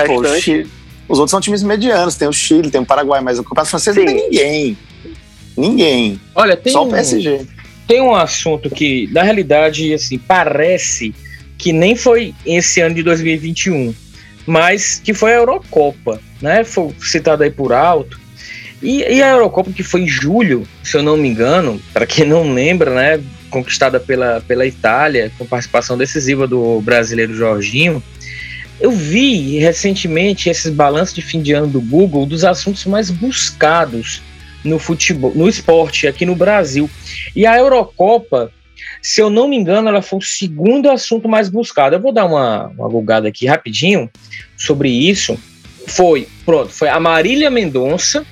Speaker 5: os outros são times medianos, tem o Chile, tem o Paraguai, mas o campeonato francês não tem ninguém. Ninguém.
Speaker 1: Olha,
Speaker 5: só o PSG.
Speaker 1: Tem um assunto que, na realidade, assim, parece que nem foi esse ano de 2021, mas que foi a Eurocopa, né? Foi citado aí por alto. E a Eurocopa, que foi em julho, se eu não me engano, para quem não lembra, né? Conquistada pela Itália, com participação decisiva do brasileiro Jorginho. Eu vi recentemente esses balanços de fim de ano do Google dos assuntos mais buscados no futebol, no esporte aqui no Brasil. E a Eurocopa, se eu não me engano, ela foi o segundo assunto mais buscado. Eu vou dar uma bugada aqui rapidinho sobre isso. Foi a Marília Mendonça,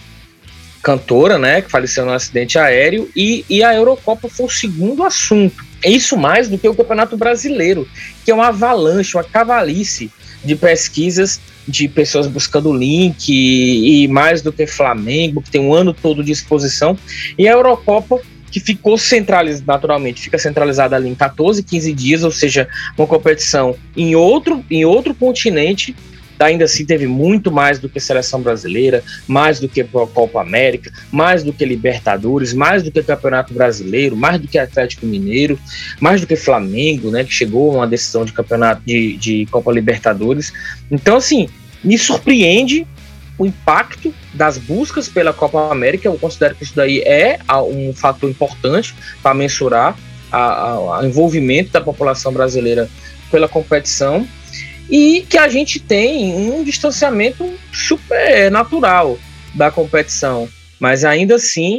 Speaker 1: cantora, né, que faleceu num acidente aéreo, e a Eurocopa foi o segundo assunto. Isso mais do que o Campeonato Brasileiro, que é uma avalanche, uma cavalice de pesquisas de pessoas buscando link, e mais do que Flamengo, que tem um ano todo de exposição, e a Eurocopa, que ficou naturalmente, fica centralizada ali em 14, 15 dias, ou seja, uma competição em outro continente. Ainda assim teve muito mais do que Seleção Brasileira, mais do que Copa América, mais do que Libertadores, mais do que Campeonato Brasileiro, mais do que Atlético Mineiro, mais do que Flamengo, né, que chegou a uma decisão de campeonato de Copa Libertadores. Então, assim, me surpreende o impacto das buscas pela Copa América. Eu considero que isso daí é um fator importante para mensurar o envolvimento da população brasileira pela competição, e que a gente tem um distanciamento super natural da competição, mas ainda assim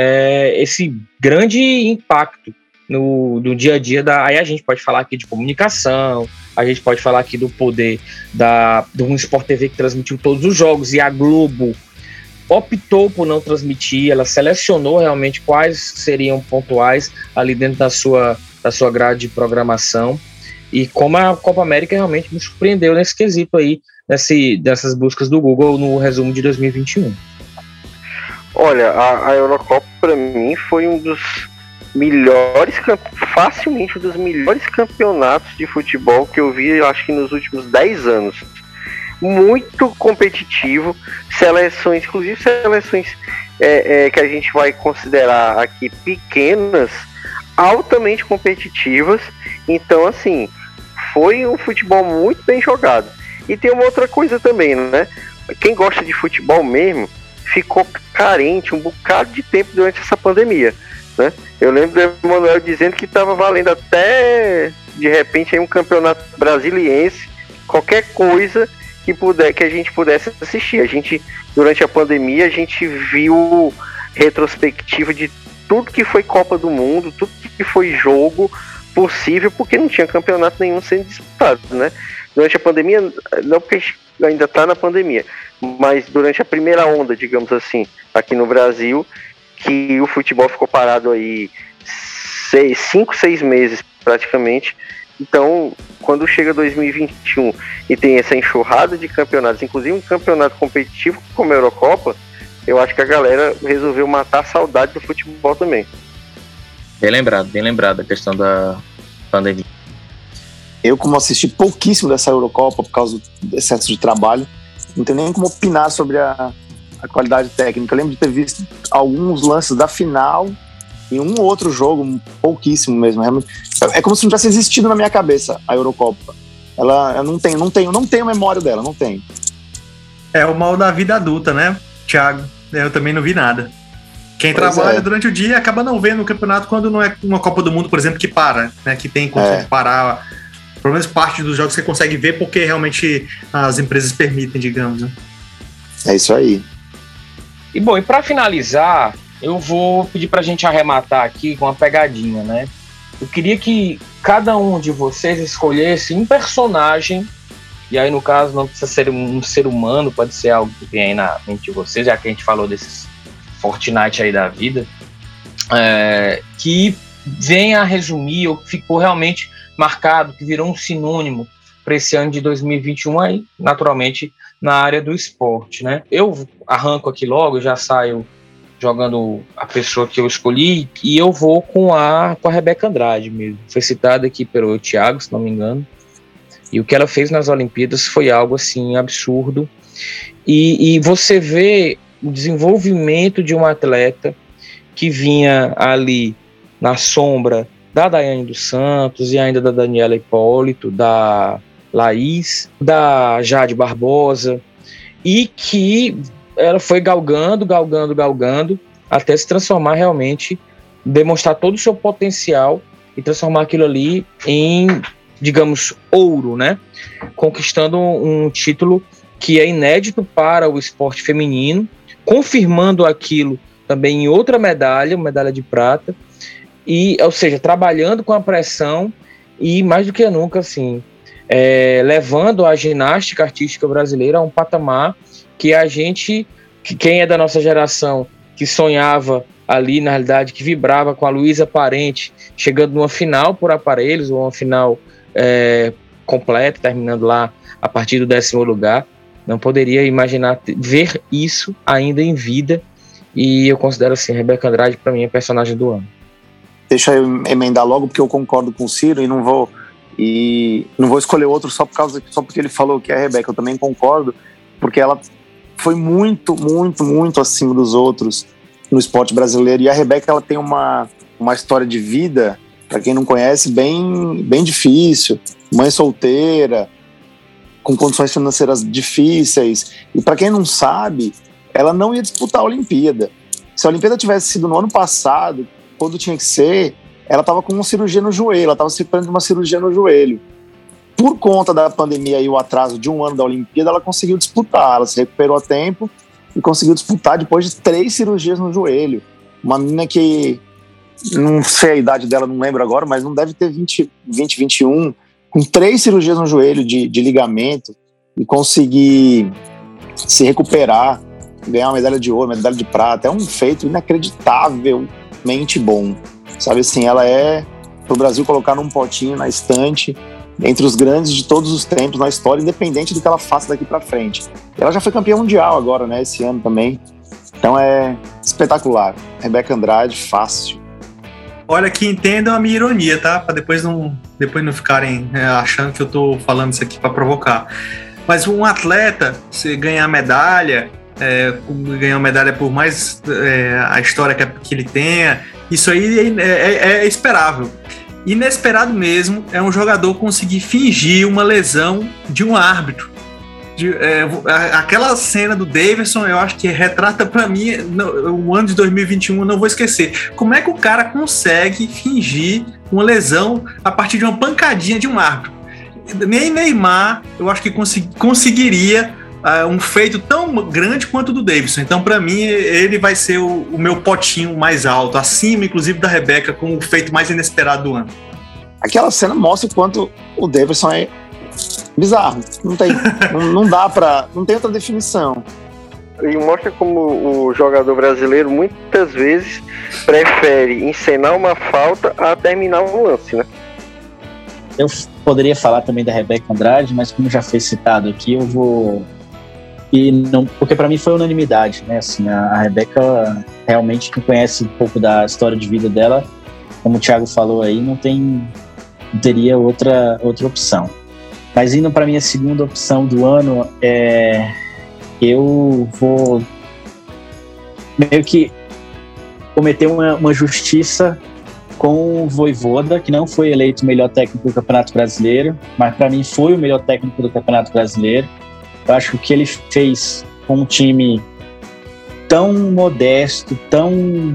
Speaker 1: esse grande impacto no dia a dia aí a gente pode falar aqui de comunicação, a gente pode falar aqui do poder de um Sport TV que transmitiu todos os jogos, e a Globo optou por não transmitir, ela selecionou realmente quais seriam pontuais ali dentro da sua grade de programação. E como a Copa América realmente me surpreendeu nesse quesito aí, dessas buscas do Google no resumo de 2021.
Speaker 4: Olha, a Eurocopa para mim foi um dos facilmente um dos melhores campeonatos de futebol que eu vi, eu acho que nos últimos 10 anos. Muito competitivo, inclusive seleções que a gente vai considerar aqui pequenas, altamente competitivas. Então, assim, foi um futebol muito bem jogado. E tem uma outra coisa também, né? Quem gosta de futebol mesmo ficou carente um bocado de tempo durante essa pandemia, né? Eu lembro do Emanuel dizendo que estava valendo até, de repente, aí um campeonato brasiliense, qualquer coisa que a gente pudesse assistir. Durante a pandemia, a gente viu retrospectiva de tudo que foi Copa do Mundo, tudo que foi jogo possível, porque não tinha campeonato nenhum sendo disputado, né? Durante a pandemia, não porque a gente ainda está na pandemia, mas durante a primeira onda, digamos assim, aqui no Brasil, que o futebol ficou parado aí 5, 6 meses praticamente. Então, quando chega 2021 e tem essa enxurrada de campeonatos, inclusive um campeonato competitivo como a Eurocopa, eu acho que a galera resolveu matar a saudade do futebol também.
Speaker 1: Bem lembrado a questão da pandemia.
Speaker 5: Eu, como assisti pouquíssimo dessa Eurocopa por causa do excesso de trabalho, não tenho nem como opinar sobre a qualidade técnica. Eu lembro de ter visto alguns lances da final e um outro jogo, pouquíssimo mesmo. É como se não tivesse existido na minha cabeça a Eurocopa. Eu não tenho memória dela, não tenho.
Speaker 2: É o mal da vida adulta, né, Thiago? Eu também não vi nada. Quem trabalha durante o dia acaba não vendo o campeonato quando não é uma Copa do Mundo, por exemplo, que para, né? Que tem condição de parar. Pelo menos parte dos jogos você consegue ver porque realmente as empresas permitem, digamos. Né?
Speaker 5: É isso aí.
Speaker 1: E bom, e para finalizar, eu vou pedir pra gente arrematar aqui com uma pegadinha, né? Eu queria que cada um de vocês escolhesse um personagem, e aí no caso não precisa ser um ser humano, pode ser algo que tem aí na mente de vocês, já que a gente falou desses Fortnite aí da vida, que venha a resumir ou que ficou realmente marcado, que virou um sinônimo para esse ano de 2021 aí, naturalmente, na área do esporte, né? Eu arranco aqui logo, já saio jogando a pessoa que eu escolhi e eu vou com a Rebeca Andrade mesmo. Foi citada aqui pelo Thiago, se não me engano, e o que ela fez nas Olimpíadas foi algo assim absurdo, e você vê o desenvolvimento de um atleta que vinha ali na sombra da Daiane dos Santos e ainda da Daniela Hipólito, da Laís, da Jade Barbosa, e que ela foi galgando, até se transformar realmente, demonstrar todo o seu potencial e transformar aquilo ali em, digamos, ouro, né? Conquistando um título que é inédito para o esporte feminino, confirmando aquilo também em outra medalha, medalha de prata, e, ou seja, trabalhando com a pressão e, mais do que nunca, assim, levando a ginástica artística brasileira a um patamar que a gente, quem é da nossa geração, que sonhava ali, na realidade, que vibrava com a Luísa Parente, chegando numa final por aparelhos, ou uma final completa, terminando lá a partir do 10º lugar, não poderia imaginar ver isso ainda em vida, e eu considero assim, Rebeca Andrade para mim é personagem do ano.
Speaker 5: Deixa eu emendar logo, porque eu concordo com o Ciro e não vou escolher outro só porque ele falou que é a Rebeca. Eu também concordo, porque ela foi muito, muito, muito acima dos outros no esporte brasileiro, e a Rebeca ela tem uma história de vida, para quem não conhece, bem, bem difícil, mãe solteira, com condições financeiras difíceis, e para quem não sabe, ela não ia disputar a Olimpíada. Se a Olimpíada tivesse sido no ano passado, quando tinha que ser, ela estava com uma cirurgia no joelho, ela estava se recuperando de uma cirurgia no joelho. Por conta da pandemia e o atraso de um ano da Olimpíada, ela conseguiu disputar, ela se recuperou a tempo e conseguiu disputar depois de 3 cirurgias no joelho. Uma menina que, não sei a idade dela, não lembro agora, mas não deve ter 20, 21, com 3 cirurgias no joelho de ligamento, e conseguir se recuperar, ganhar uma medalha de ouro, uma medalha de prata, é um feito inacreditavelmente bom. Sabe assim, ela é pro Brasil colocar num potinho na estante, entre os grandes de todos os tempos na história, independente do que ela faça daqui pra frente. Ela já foi campeã mundial agora, né, esse ano também. Então é espetacular. Rebeca Andrade, fácil.
Speaker 2: Olha, que entendam a minha ironia, tá? Pra depois não ficarem achando que eu tô falando isso aqui pra provocar. Mas um atleta, você ganhar medalha, ganhar uma medalha por mais a história que ele tenha, isso aí é esperável. Inesperado mesmo é um jogador conseguir fingir uma lesão de um árbitro. Aquela cena do Davidson, eu acho que retrata pra mim o ano de 2021, eu não vou esquecer. Como é que o cara consegue fingir uma lesão a partir de uma pancadinha de um árbitro? Nem Neymar, eu acho que conseguiria um feito tão grande quanto o do Davidson. Então, pra mim, ele vai ser o meu potinho mais alto, acima, inclusive, da Rebeca, como o feito mais inesperado do ano.
Speaker 5: Aquela cena mostra o quanto o Davidson é bizarro. Não tem outra definição.
Speaker 4: o jogador brasileiro muitas vezes prefere encenar uma falta a terminar um lance, né?
Speaker 3: Eu poderia falar também da Rebeca Andrade, mas como já foi citado aqui, eu vou... porque para mim foi unanimidade, né? Assim, a Rebeca, realmente, quem conhece um pouco da história de vida dela, como o Thiago falou aí, não teria outra opção. Mas indo para minha segunda opção do ano, eu vou meio que cometer uma justiça com o Vojvoda, que não foi eleito o melhor técnico do Campeonato Brasileiro, mas para mim foi o melhor técnico do Campeonato Brasileiro. Eu acho que o que ele fez com um time tão modesto, tão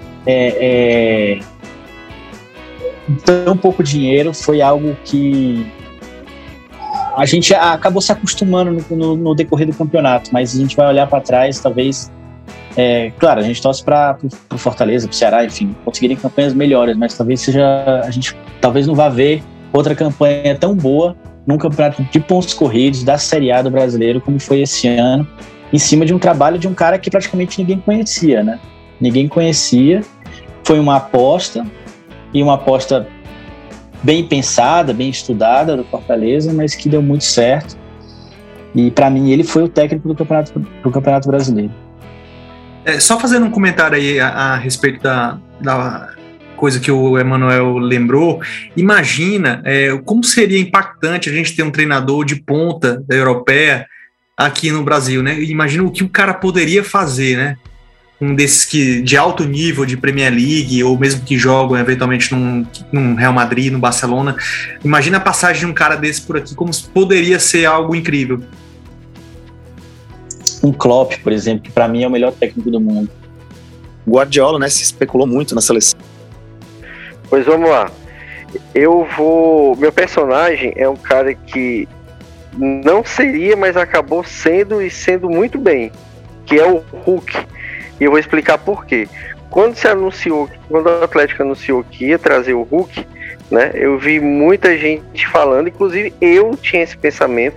Speaker 3: pouco dinheiro, foi algo que a gente acabou se acostumando no decorrer do campeonato, mas a gente vai olhar para trás, talvez... claro, a gente torce para o Fortaleza, para o Ceará, enfim, conseguirem campanhas melhores, mas talvez a gente talvez não vá ver outra campanha tão boa num campeonato de pontos corridos da Série A do brasileiro, como foi esse ano, em cima de um trabalho de um cara que praticamente ninguém conhecia, né? Ninguém conhecia, foi uma aposta, e uma aposta bem pensada, bem estudada do Fortaleza, mas que deu muito certo, e para mim ele foi o técnico do Campeonato Brasileiro.
Speaker 2: Só fazendo um comentário aí a respeito da coisa que o Emanuel lembrou, imagina como seria impactante a gente ter um treinador de ponta da europeia aqui no Brasil, né? Imagina o que o cara poderia fazer, né? Um desses de alto nível de Premier League, ou mesmo que jogam eventualmente num Real Madrid, no Barcelona. Imagina a passagem de um cara desse por aqui, como poderia ser algo incrível.
Speaker 3: Um Klopp, por exemplo, que para mim é o melhor técnico do mundo.
Speaker 5: Guardiola, né? Se especulou muito na seleção.
Speaker 4: Pois vamos lá. Meu personagem é um cara que não seria, mas acabou sendo e sendo muito bem, que é o Hulk. E eu vou explicar por quê. Quando o Atlético anunciou que ia trazer o Hulk, né? Eu vi muita gente falando, inclusive eu tinha esse pensamento.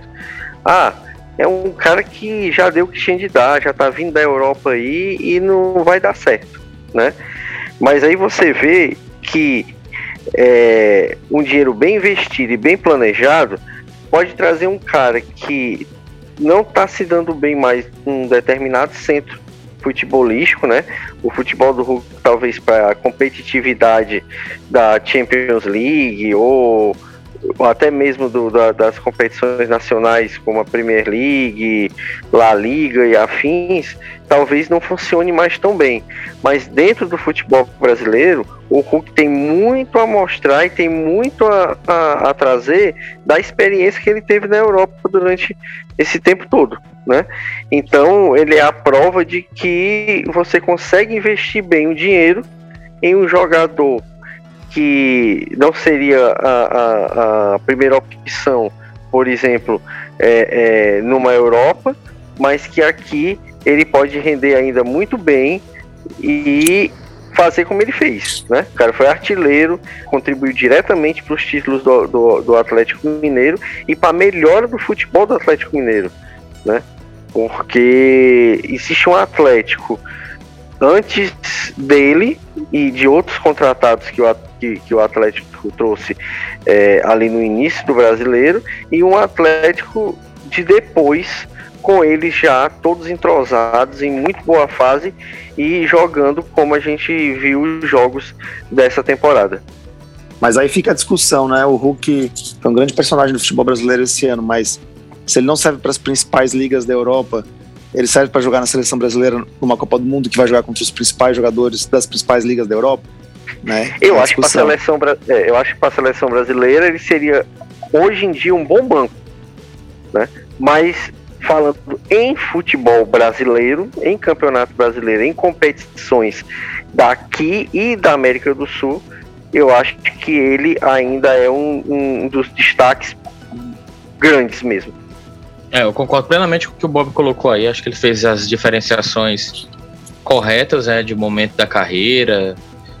Speaker 4: É um cara que já deu o que tinha de dar, já tá vindo da Europa aí e não vai dar certo, né? Mas aí você vê que um dinheiro bem investido e bem planejado pode trazer um cara que não tá se dando bem mais num determinado centro futebolístico, né? O futebol do Hulk, talvez para a competitividade da Champions League ou até mesmo das competições nacionais como a Premier League, La Liga e afins, talvez não funcione mais tão bem. Mas dentro do futebol brasileiro, o Hulk tem muito a mostrar e tem muito a trazer da experiência que ele teve na Europa durante esse tempo todo, né? Então ele é a prova de que você consegue investir bem o dinheiro em um jogador que não seria a primeira opção, por exemplo, numa Europa, mas que aqui ele pode render ainda muito bem e fazer como ele fez, né? O cara foi artilheiro, contribuiu diretamente para os títulos do Atlético Mineiro e para a melhora do futebol do Atlético Mineiro, né? Porque existe um Atlético antes dele e de outros contratados que o Atlético trouxe ali no início do Brasileiro, e um Atlético de depois, com eles já todos entrosados, em muito boa fase e jogando como a gente viu os jogos dessa temporada.
Speaker 5: Mas aí fica a discussão, né? O Hulk é um grande personagem do futebol brasileiro esse ano, mas se ele não serve para as principais ligas da Europa, ele serve para jogar na seleção brasileira numa Copa do Mundo que vai jogar contra os principais jogadores das principais ligas da Europa, né? Eu acho que para a seleção brasileira ele seria hoje em dia um bom banco, né? Mas falando em futebol brasileiro, em campeonato brasileiro, em competições daqui e da América do Sul, eu acho que ele ainda é um dos destaques grandes mesmo.
Speaker 1: Eu concordo plenamente com o que o Bob colocou aí. Acho que ele fez as diferenciações corretas, de momento da carreira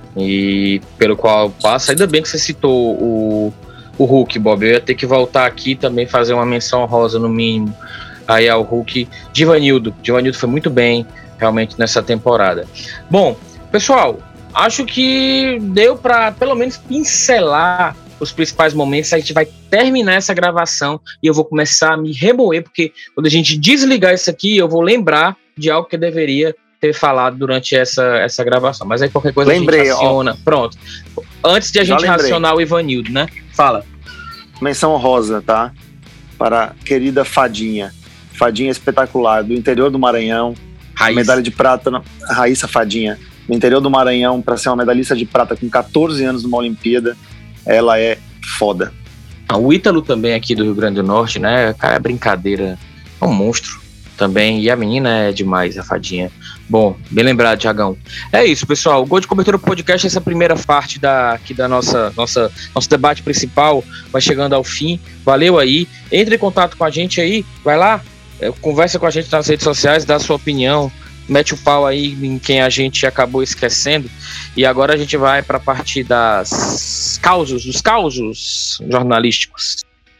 Speaker 1: e pelo qual passa. Ainda bem que você citou o Hulk, Bob. Eu ia ter que voltar aqui também fazer uma menção honrosa, no mínimo, aí ao Hulk de Ivanildo. Ivanildo foi muito bem realmente nessa temporada. Bom, pessoal, acho que deu para pelo menos pincelar os principais momentos. A gente vai terminar essa gravação e eu vou começar a me remoer, porque quando a gente desligar isso aqui, eu vou lembrar de algo que eu deveria ter falado durante essa gravação. Mas aí qualquer coisa
Speaker 5: Lembrei,
Speaker 1: a gente raciona. Pronto. Antes de a gente racionar o Ivanildo, né? Fala.
Speaker 5: Menção rosa, tá? Para a querida Fadinha. Fadinha espetacular, do interior do Maranhão.
Speaker 1: Raíssa.
Speaker 5: Medalha de prata, Raíssa Fadinha. No interior do Maranhão, para ser uma medalhista de prata com 14 anos numa Olimpíada, ela é foda.
Speaker 1: O Ítalo também aqui do Rio Grande do Norte, né? O cara é brincadeira, é um monstro também. E a menina é demais, a Fadinha. Bom, bem lembrado, Thiagão. É isso, pessoal. O Gol de Cobertura Podcast, essa primeira parte aqui da nosso debate principal, vai chegando ao fim. Valeu aí. Entre em contato com a gente aí, vai lá, conversa com a gente nas redes sociais, dá a sua opinião, mete o pau aí em quem a gente acabou esquecendo. E agora a gente vai para a parte dos causos jornalísticos.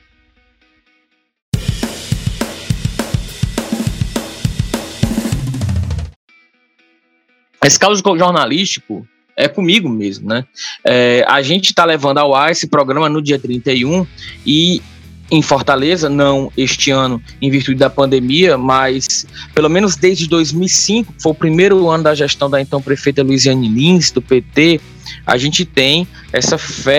Speaker 1: Esse caso jornalístico é comigo mesmo, né? A gente está levando ao ar esse programa no dia 31 e em Fortaleza, não este ano em virtude da pandemia, mas pelo menos desde 2005, que foi o primeiro ano da gestão da então prefeita Luiziane Lins, do PT, a gente tem essa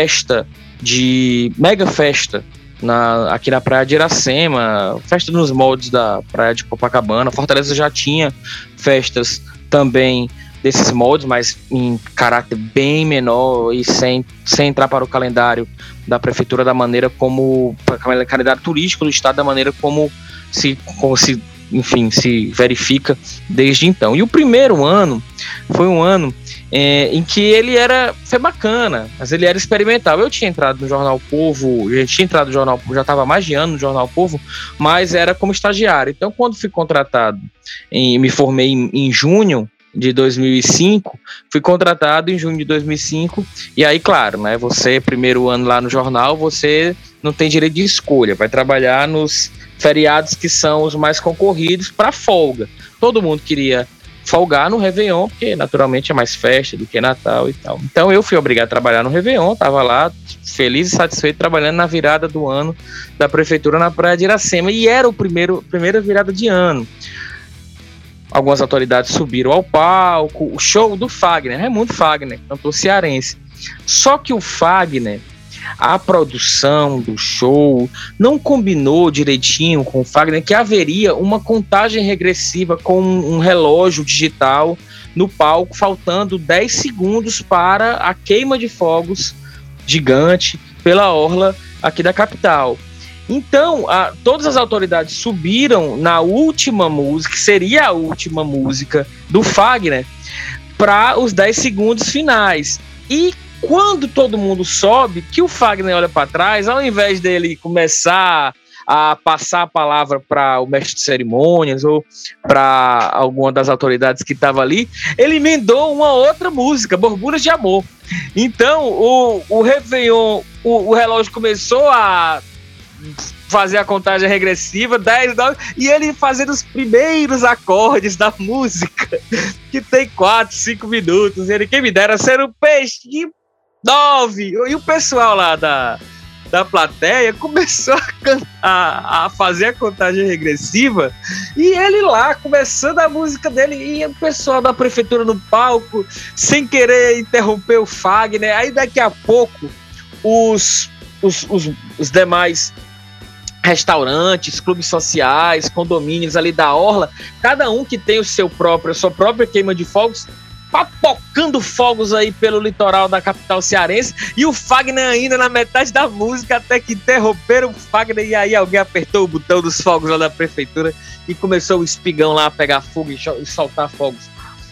Speaker 1: mega festa aqui na praia de Iracema, festa nos moldes da praia de Copacabana. Fortaleza já tinha festas também desses moldes, mas em caráter bem menor e sem entrar para o calendário da prefeitura da maneira como, para o calendário turístico do estado, da maneira como se verifica desde então. E o primeiro ano foi um ano em que foi bacana, mas ele era experimental. Eu tinha entrado no Jornal Povo, já estava há mais de ano no Jornal Povo, mas era como estagiário. Então, quando fui contratado, me formei em junho de 2005, fui contratado em junho de 2005, e aí, claro, né, você, primeiro ano lá no jornal, você não tem direito de escolha, vai trabalhar nos feriados que são os mais concorridos para folga. Todo mundo queria folgar no Réveillon, porque naturalmente é mais festa do que Natal e tal. Então eu fui obrigado a trabalhar no Réveillon, estava lá feliz e satisfeito trabalhando na virada do ano da prefeitura na praia de Iracema, e era a primeira virada de ano. Algumas autoridades subiram ao palco, o show do Fagner, Raimundo Fagner, cantor cearense. Só que o Fagner, a produção do show, não combinou direitinho com o Fagner que haveria uma contagem regressiva com um relógio digital no palco, faltando 10 segundos para a queima de fogos gigante pela orla aqui da capital. Então, todas as autoridades subiram na última música, que seria a última música do Fagner, para os 10 segundos finais. E quando todo mundo sobe, que o Fagner olha para trás, ao invés dele começar a passar a palavra para o mestre de cerimônias ou para alguma das autoridades que estava ali, ele emendou uma outra música, Borbulhas de Amor. Então, o Réveillon, o relógio começou a fazer a contagem regressiva, 10, 9, e ele fazendo os primeiros acordes da música, que tem 4, 5 minutos, ele, quem me dera ser um peixe de 9, e o pessoal lá da plateia começou a fazer a contagem regressiva, e ele lá, começando a música dele, e o pessoal da prefeitura no palco, sem querer interromper o Fagner. Aí daqui a pouco, os demais restaurantes, clubes sociais, condomínios ali da orla, cada um que tem a sua própria queima de fogos, papocando fogos aí pelo litoral da capital cearense, e o Fagner ainda na metade da música, até que interromperam o Fagner, e aí alguém apertou o botão dos fogos lá da prefeitura e começou o espigão lá a pegar fogo e soltar fogos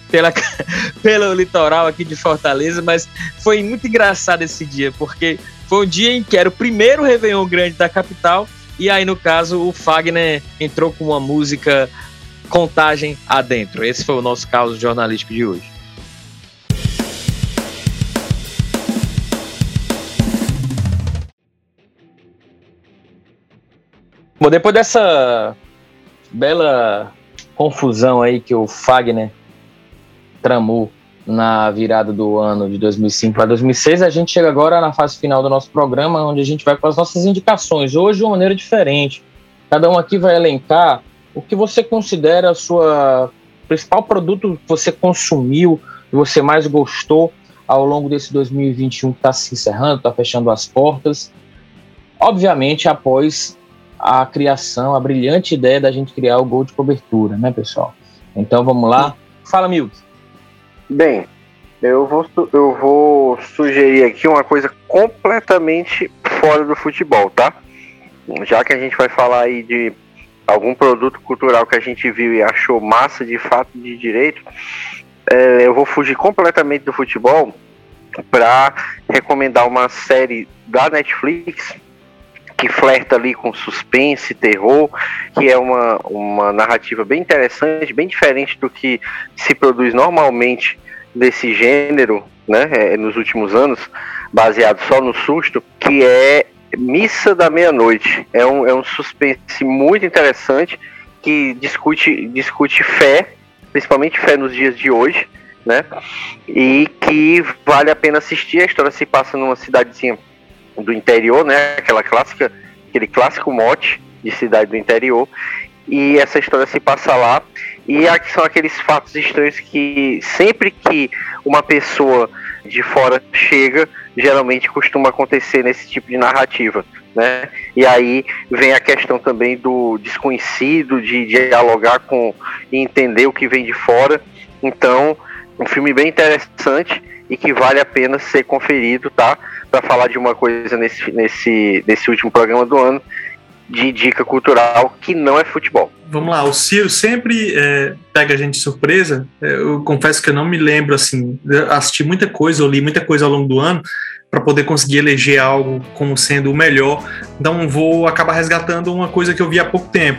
Speaker 1: pelo litoral aqui de Fortaleza. Mas foi muito engraçado esse dia, porque foi um dia em que era o primeiro Réveillon grande da capital, e aí, no caso, o Fagner entrou com uma música Contagem Adentro. Esse foi o nosso caso jornalístico de hoje. Bom, depois dessa bela confusão aí que o Fagner tramou na virada do ano de 2005 para 2006, a gente chega agora na fase final do nosso programa, onde a gente vai com as nossas indicações, hoje de uma maneira diferente. Cada um aqui vai elencar o que você considera o seu principal produto que você consumiu, que você mais gostou ao longo desse 2021 que está se encerrando, está fechando as portas. Obviamente, após a criação, a brilhante ideia da gente criar o Gol de Cobertura, né, pessoal? Então, vamos lá. Fala, Milk.
Speaker 4: Bem, eu vou sugerir aqui uma coisa completamente fora do futebol, tá? Já que a gente vai falar aí de algum produto cultural que a gente viu e achou massa de fato de direito, eu vou fugir completamente do futebol para recomendar uma série da Netflix que flerta ali com suspense, terror, que é uma narrativa bem interessante, bem diferente do que se produz normalmente desse gênero, né, nos últimos anos, baseado só no susto, que é Missa da Meia-Noite. É um suspense muito interessante que discute fé, principalmente fé nos dias de hoje, né, e que vale a pena assistir. A história se passa numa cidadezinha do interior, né, aquele clássico mote de cidade do interior, e essa história se passa lá, e aqui são aqueles fatos estranhos que sempre que uma pessoa de fora chega, geralmente costuma acontecer nesse tipo de narrativa, né? E aí vem a questão também do desconhecido, de dialogar com e entender o que vem de fora. Então, um filme bem interessante e que vale a pena ser conferido, tá? Para falar de uma coisa nesse último programa do ano, de dica cultural que não é futebol.
Speaker 2: Vamos lá, o Ciro sempre pega a gente de surpresa. Eu confesso que eu não me lembro, assim, assisti muita coisa, eu li muita coisa ao longo do ano para poder conseguir eleger algo como sendo o melhor. Então vou acabar resgatando uma coisa que eu vi há pouco tempo,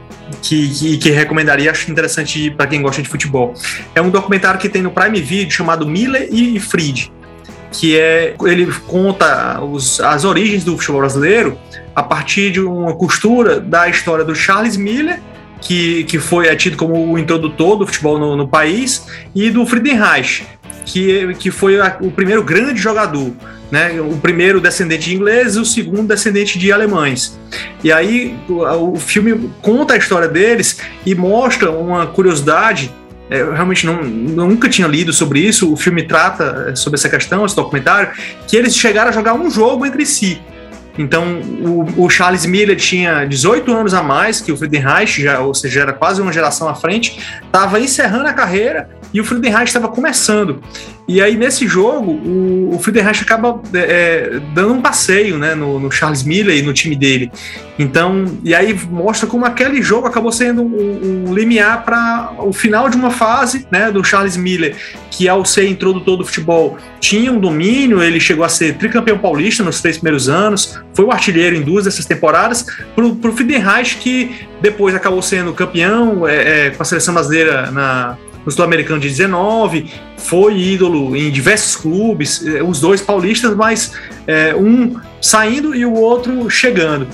Speaker 2: que recomendaria, acho interessante para quem gosta de futebol. É um documentário que tem no Prime Video chamado Miller e Fried, que ele conta as origens do futebol brasileiro a partir de uma costura da história do Charles Miller, que foi tido como o introdutor do futebol no país, e do Friedenreich, que foi o primeiro grande jogador, né? O primeiro descendente de ingleses e o segundo descendente de alemães. E aí o filme conta a história deles e mostra uma curiosidade. Eu realmente nunca tinha lido sobre isso. O filme trata sobre essa questão, esse documentário, que eles chegaram a jogar um jogo entre si. Então, o Charles Miller tinha 18 anos a mais que o Friedenreich, ou seja, era quase uma geração à frente, estava encerrando a carreira e o Friedenreich estava começando. E aí, nesse jogo, o Friedenreich acaba dando um passeio, né, no Charles Miller e no time dele. Então, e aí mostra como aquele jogo acabou sendo um limiar para o final de uma fase, né, do Charles Miller, que ao ser introdutor do futebol tinha um domínio, ele chegou a ser tricampeão paulista nos 3 primeiros anos, foi o artilheiro em 2 dessas temporadas, para o Friedenreich, que depois acabou sendo campeão com a seleção brasileira no Sul-Americano de 19, foi ídolo em diversos clubes, os dois paulistas, mas um saindo e o outro chegando.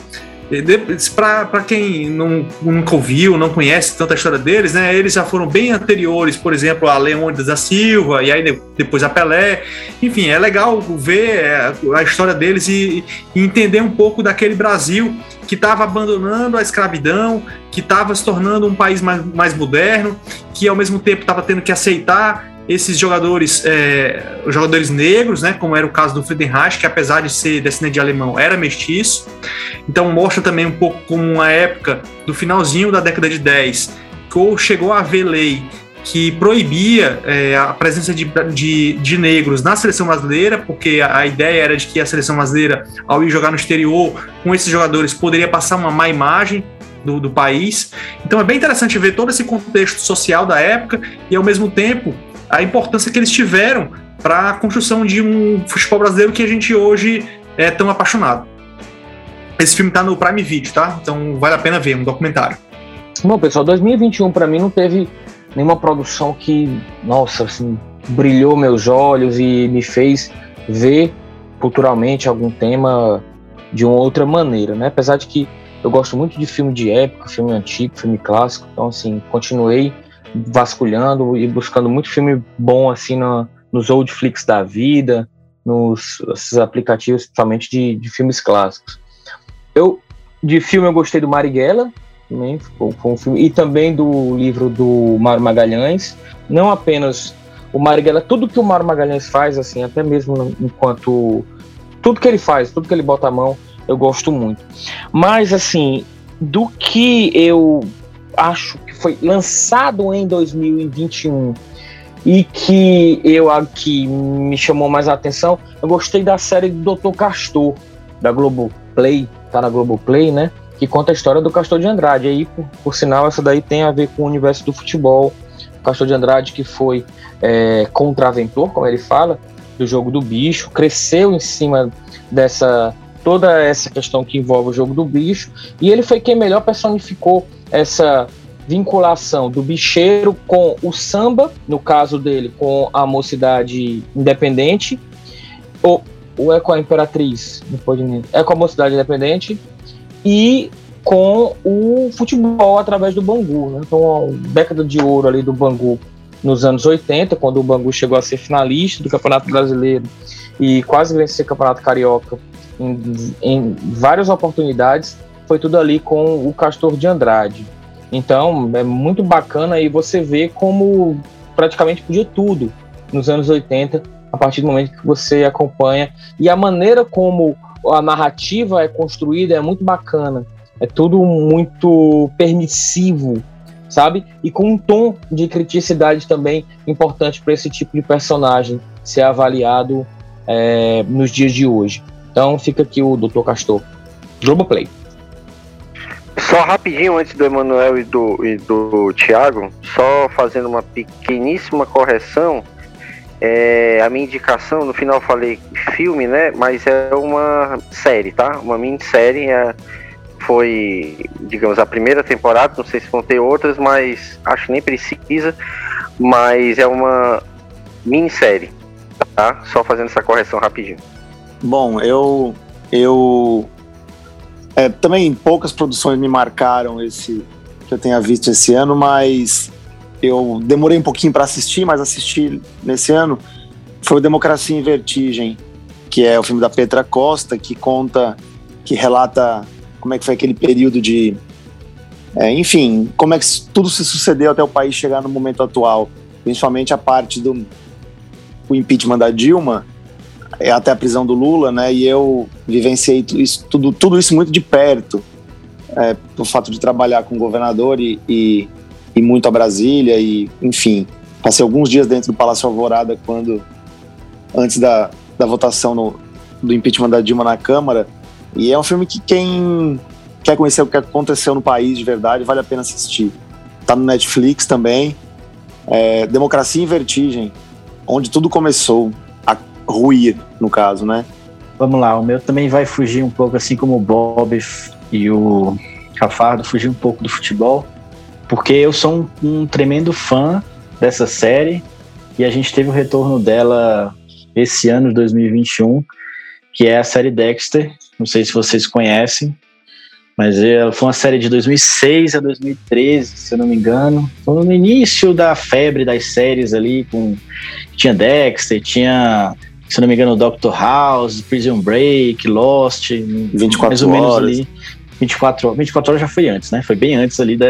Speaker 2: Para quem nunca ouviu, não conhece tanta história deles, né, eles já foram bem anteriores, por exemplo, a Leônidas da Silva, e aí depois a Pelé. Enfim, é legal ver a história deles e entender um pouco daquele Brasil que estava abandonando a escravidão, que estava se tornando um país mais moderno, que ao mesmo tempo estava tendo que aceitar esses jogadores negros, né, como era o caso do Friedenreich, que apesar de ser descendente de alemão, era mestiço. Então mostra também um pouco como uma época do finalzinho da década de 10, que chegou a haver lei que proibia a presença de negros na seleção brasileira, porque a ideia era de que a seleção brasileira, ao ir jogar no exterior com esses jogadores, poderia passar uma má imagem do país. Então é bem interessante ver todo esse contexto social da época e, ao mesmo tempo, a importância que eles tiveram para a construção de um futebol brasileiro que a gente hoje é tão apaixonado. Esse filme está no Prime Video, tá? Então vale a pena ver, um documentário.
Speaker 1: Bom, pessoal, 2021 para mim não teve nenhuma produção que, nossa, assim, brilhou meus olhos e me fez ver culturalmente algum tema de uma outra maneira, né? Apesar de que Eu gosto muito de filme de época, filme antigo, filme clássico. Então, assim, continuei vasculhando e buscando muito filme bom, assim, nos Oldflix da vida, esses aplicativos, principalmente de filmes clássicos. De filme, eu gostei do Marighella, também, foi um filme, e também do livro do Mauro Magalhães. Não apenas o Marighella, tudo que o Mauro Magalhães faz, assim, até mesmo enquanto... Tudo que ele faz, tudo que ele bota a mão, eu gosto muito. Mas, assim, do que eu acho que foi lançado em 2021 e que me chamou mais a atenção, eu gostei da série do Dr. Castor, da Globoplay, tá na Globoplay, né? Que conta a história do Castor de Andrade. Aí, por sinal, essa daí tem a ver com o universo do futebol. O Castor de Andrade, que foi contraventor, como ele fala, do jogo do bicho, cresceu em cima toda essa questão que envolve o jogo do bicho, e ele foi quem melhor personificou essa vinculação do bicheiro com o samba, no caso dele, com a Mocidade Independente, ou é com a Imperatriz, é com a Mocidade Independente, e com o futebol através do Bangu, né? Então, a década de ouro ali do Bangu nos anos 80, quando o Bangu chegou a ser finalista do Campeonato Brasileiro e quase venceu o Campeonato Carioca em várias oportunidades, foi tudo ali com o Castor de Andrade. Então, é muito bacana aí você ver como praticamente podia tudo nos anos 80, a partir do momento que você acompanha. E a maneira como a narrativa é construída é muito bacana. É tudo muito permissivo, sabe? E com um tom de criticidade também importante para esse tipo de personagem ser avaliado nos dias de hoje. Então fica aqui o Dr. Castor. Globoplay.
Speaker 4: Só rapidinho antes do Emanuel e do Thiago, só fazendo uma pequeníssima correção. A minha indicação, no final eu falei filme, né? Mas é uma série, tá? Uma minissérie. Foi, digamos, a primeira temporada, não sei se vão ter outras, mas acho que nem precisa, mas é uma minissérie, tá? Só fazendo essa correção rapidinho.
Speaker 5: Bom, eu também poucas produções me marcaram que eu tenha visto esse ano, mas eu demorei um pouquinho para assistir, mas assisti nesse ano. Foi o Democracia em Vertigem, que é o filme da Petra Costa, que relata como é que foi aquele período de... enfim, como é que tudo se sucedeu até o país chegar no momento atual. Principalmente a parte do impeachment da Dilma, até a prisão do Lula, né? E eu vivenciei tudo isso muito de perto, pelo fato de trabalhar com o governador e muito a Brasília, e, enfim, passei alguns dias dentro do Palácio Alvorada antes da votação do impeachment da Dilma na Câmara. E é um filme que quem quer conhecer o que aconteceu no país de verdade, vale a pena assistir. Tá no Netflix também. Democracia em Vertigem, onde tudo começou a ruir, no caso, né?
Speaker 3: Vamos lá, o meu também vai fugir um pouco, assim como o Bob e o Cafardo, fugir um pouco do futebol, porque eu sou um tremendo fã dessa série, e a gente teve o retorno dela esse ano de 2021, que é a série Dexter. Não sei se vocês conhecem, mas ela foi uma série de 2006 a 2013, se eu não me engano. Foi no início da febre das séries ali, tinha Dexter, tinha, se eu não me engano, Dr. House, Prison Break, Lost,
Speaker 5: 24
Speaker 3: mais ou menos
Speaker 5: horas.
Speaker 3: Ali. 24 horas já foi antes, né? Foi bem antes ali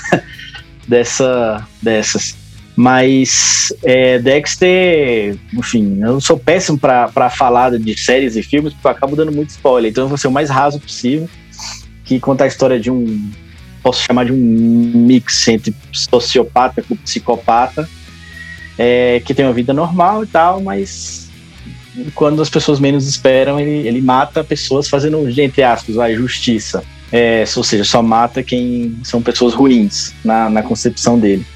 Speaker 3: dessas. Mas Dexter, enfim, eu sou péssimo para falar de séries e filmes, porque eu acabo dando muito spoiler, então eu vou ser o mais raso possível, que conta a história de posso chamar de um mix entre sociopata com psicopata, que tem uma vida normal e tal, mas quando as pessoas menos esperam, ele mata pessoas fazendo, entre aspas, justiça, ou seja, só mata quem são pessoas ruins na concepção dele.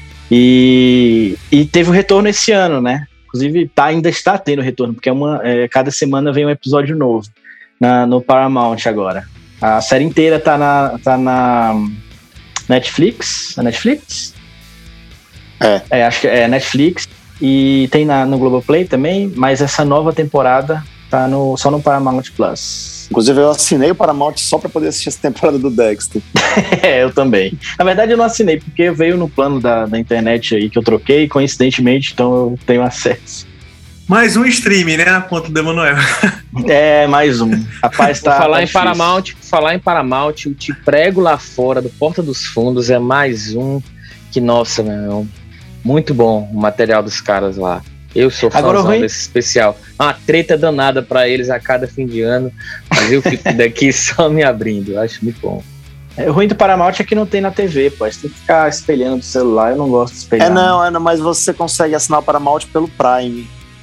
Speaker 3: E teve o retorno esse ano, né? Inclusive ainda está tendo retorno, porque cada semana vem um episódio novo no Paramount agora. A série inteira tá na Netflix. A Netflix? Acho que é Netflix. E tem no Globoplay também, mas essa nova temporada tá só no Paramount Plus.
Speaker 5: Inclusive, eu assinei o Paramount só pra poder assistir essa temporada do Dexter.
Speaker 3: Eu também. Na verdade, eu não assinei, porque veio no plano da internet aí que eu troquei, coincidentemente, então eu tenho acesso.
Speaker 2: Mais um streaming, né, na conta do Emanuel.
Speaker 3: Mais um. Rapaz, tá.
Speaker 1: Falar
Speaker 3: em
Speaker 1: Paramount, o Te Prego Lá Fora, do Porta dos Fundos, é mais um que, nossa, meu, muito bom o material dos caras lá. Eu sou fãzão desse especial. Uma treta danada pra eles a cada fim de ano, mas eu fico daqui só me abrindo. Eu acho muito bom.
Speaker 3: O ruim do Paramount é que não tem na TV, pô. Você tem que ficar espelhando do celular, eu não gosto de espelhar.
Speaker 5: Não, mas você consegue assinar o Paramount pelo Prime.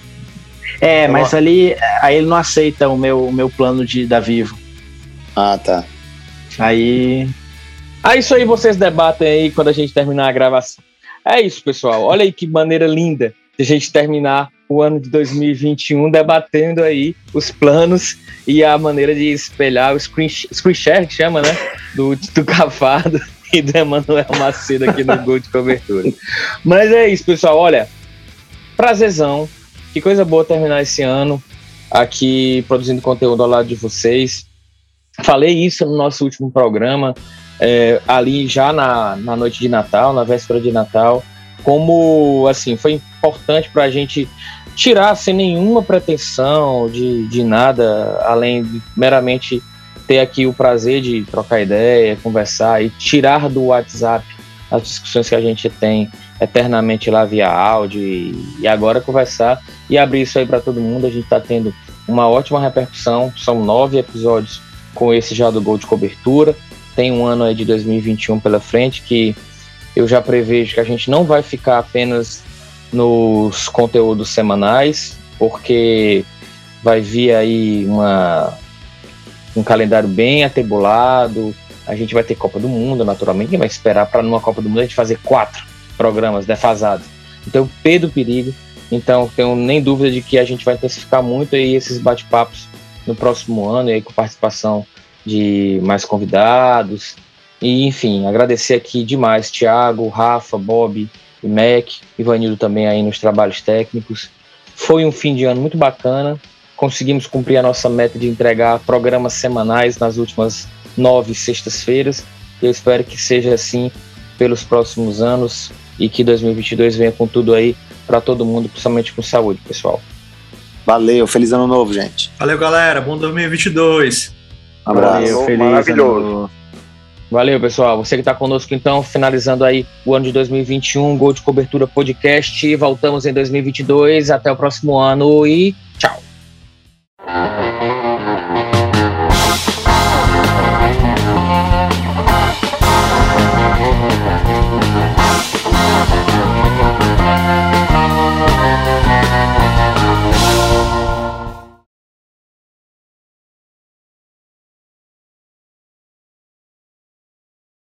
Speaker 3: Mas aí ele não aceita o meu plano da Vivo.
Speaker 5: Ah, tá.
Speaker 3: Aí
Speaker 1: isso aí vocês debatem aí quando a gente terminar a gravação. É isso, pessoal. Olha aí que maneira linda de a gente terminar o ano de 2021 debatendo aí os planos e a maneira de espelhar o screen share, que chama, né? Do Tito Cafado e do Emanuel Macedo aqui no Gol de Cobertura. Mas é isso, pessoal. Olha, prazerzão. Que coisa boa terminar esse ano aqui produzindo conteúdo ao lado de vocês. Falei isso no nosso último programa, ali já na noite de Natal, na véspera de Natal, como assim, foi importante para a gente tirar sem nenhuma pretensão de nada, além de meramente ter aqui o prazer de trocar ideia, conversar e tirar do WhatsApp as discussões que a gente tem eternamente lá via áudio e agora conversar e abrir isso aí para todo mundo. A gente está tendo uma ótima repercussão, são 9 episódios com esse já do Gol de Cobertura, tem um ano aí de 2021 pela frente que eu já prevejo que a gente não vai ficar apenas nos conteúdos semanais, porque vai vir aí um calendário bem atribulado, a gente vai ter Copa do Mundo, naturalmente, quem vai esperar para numa Copa do Mundo a gente fazer 4 programas defasados. Então, Pedro Perigo. Então, tenho nem dúvida de que a gente vai intensificar muito aí esses bate-papos no próximo ano, e aí com participação de mais convidados. E, enfim, agradecer aqui demais Thiago, Rafa, Bob e Mac, Ivanildo também aí nos trabalhos técnicos. Foi um fim de ano muito bacana. Conseguimos cumprir a nossa meta de entregar programas semanais nas últimas 9 sextas-feiras. Eu espero que seja assim pelos próximos anos e que 2022 venha com tudo aí para todo mundo, principalmente com saúde, pessoal.
Speaker 5: Valeu, feliz ano novo, gente.
Speaker 2: Valeu, galera, bom 2022.
Speaker 5: Um abraço.
Speaker 3: Valeu, feliz
Speaker 4: maravilhoso.
Speaker 1: Valeu, pessoal. Você que está conosco, então, finalizando aí o ano de 2021, Gol de Cobertura Podcast. Voltamos em 2022. Até o próximo ano e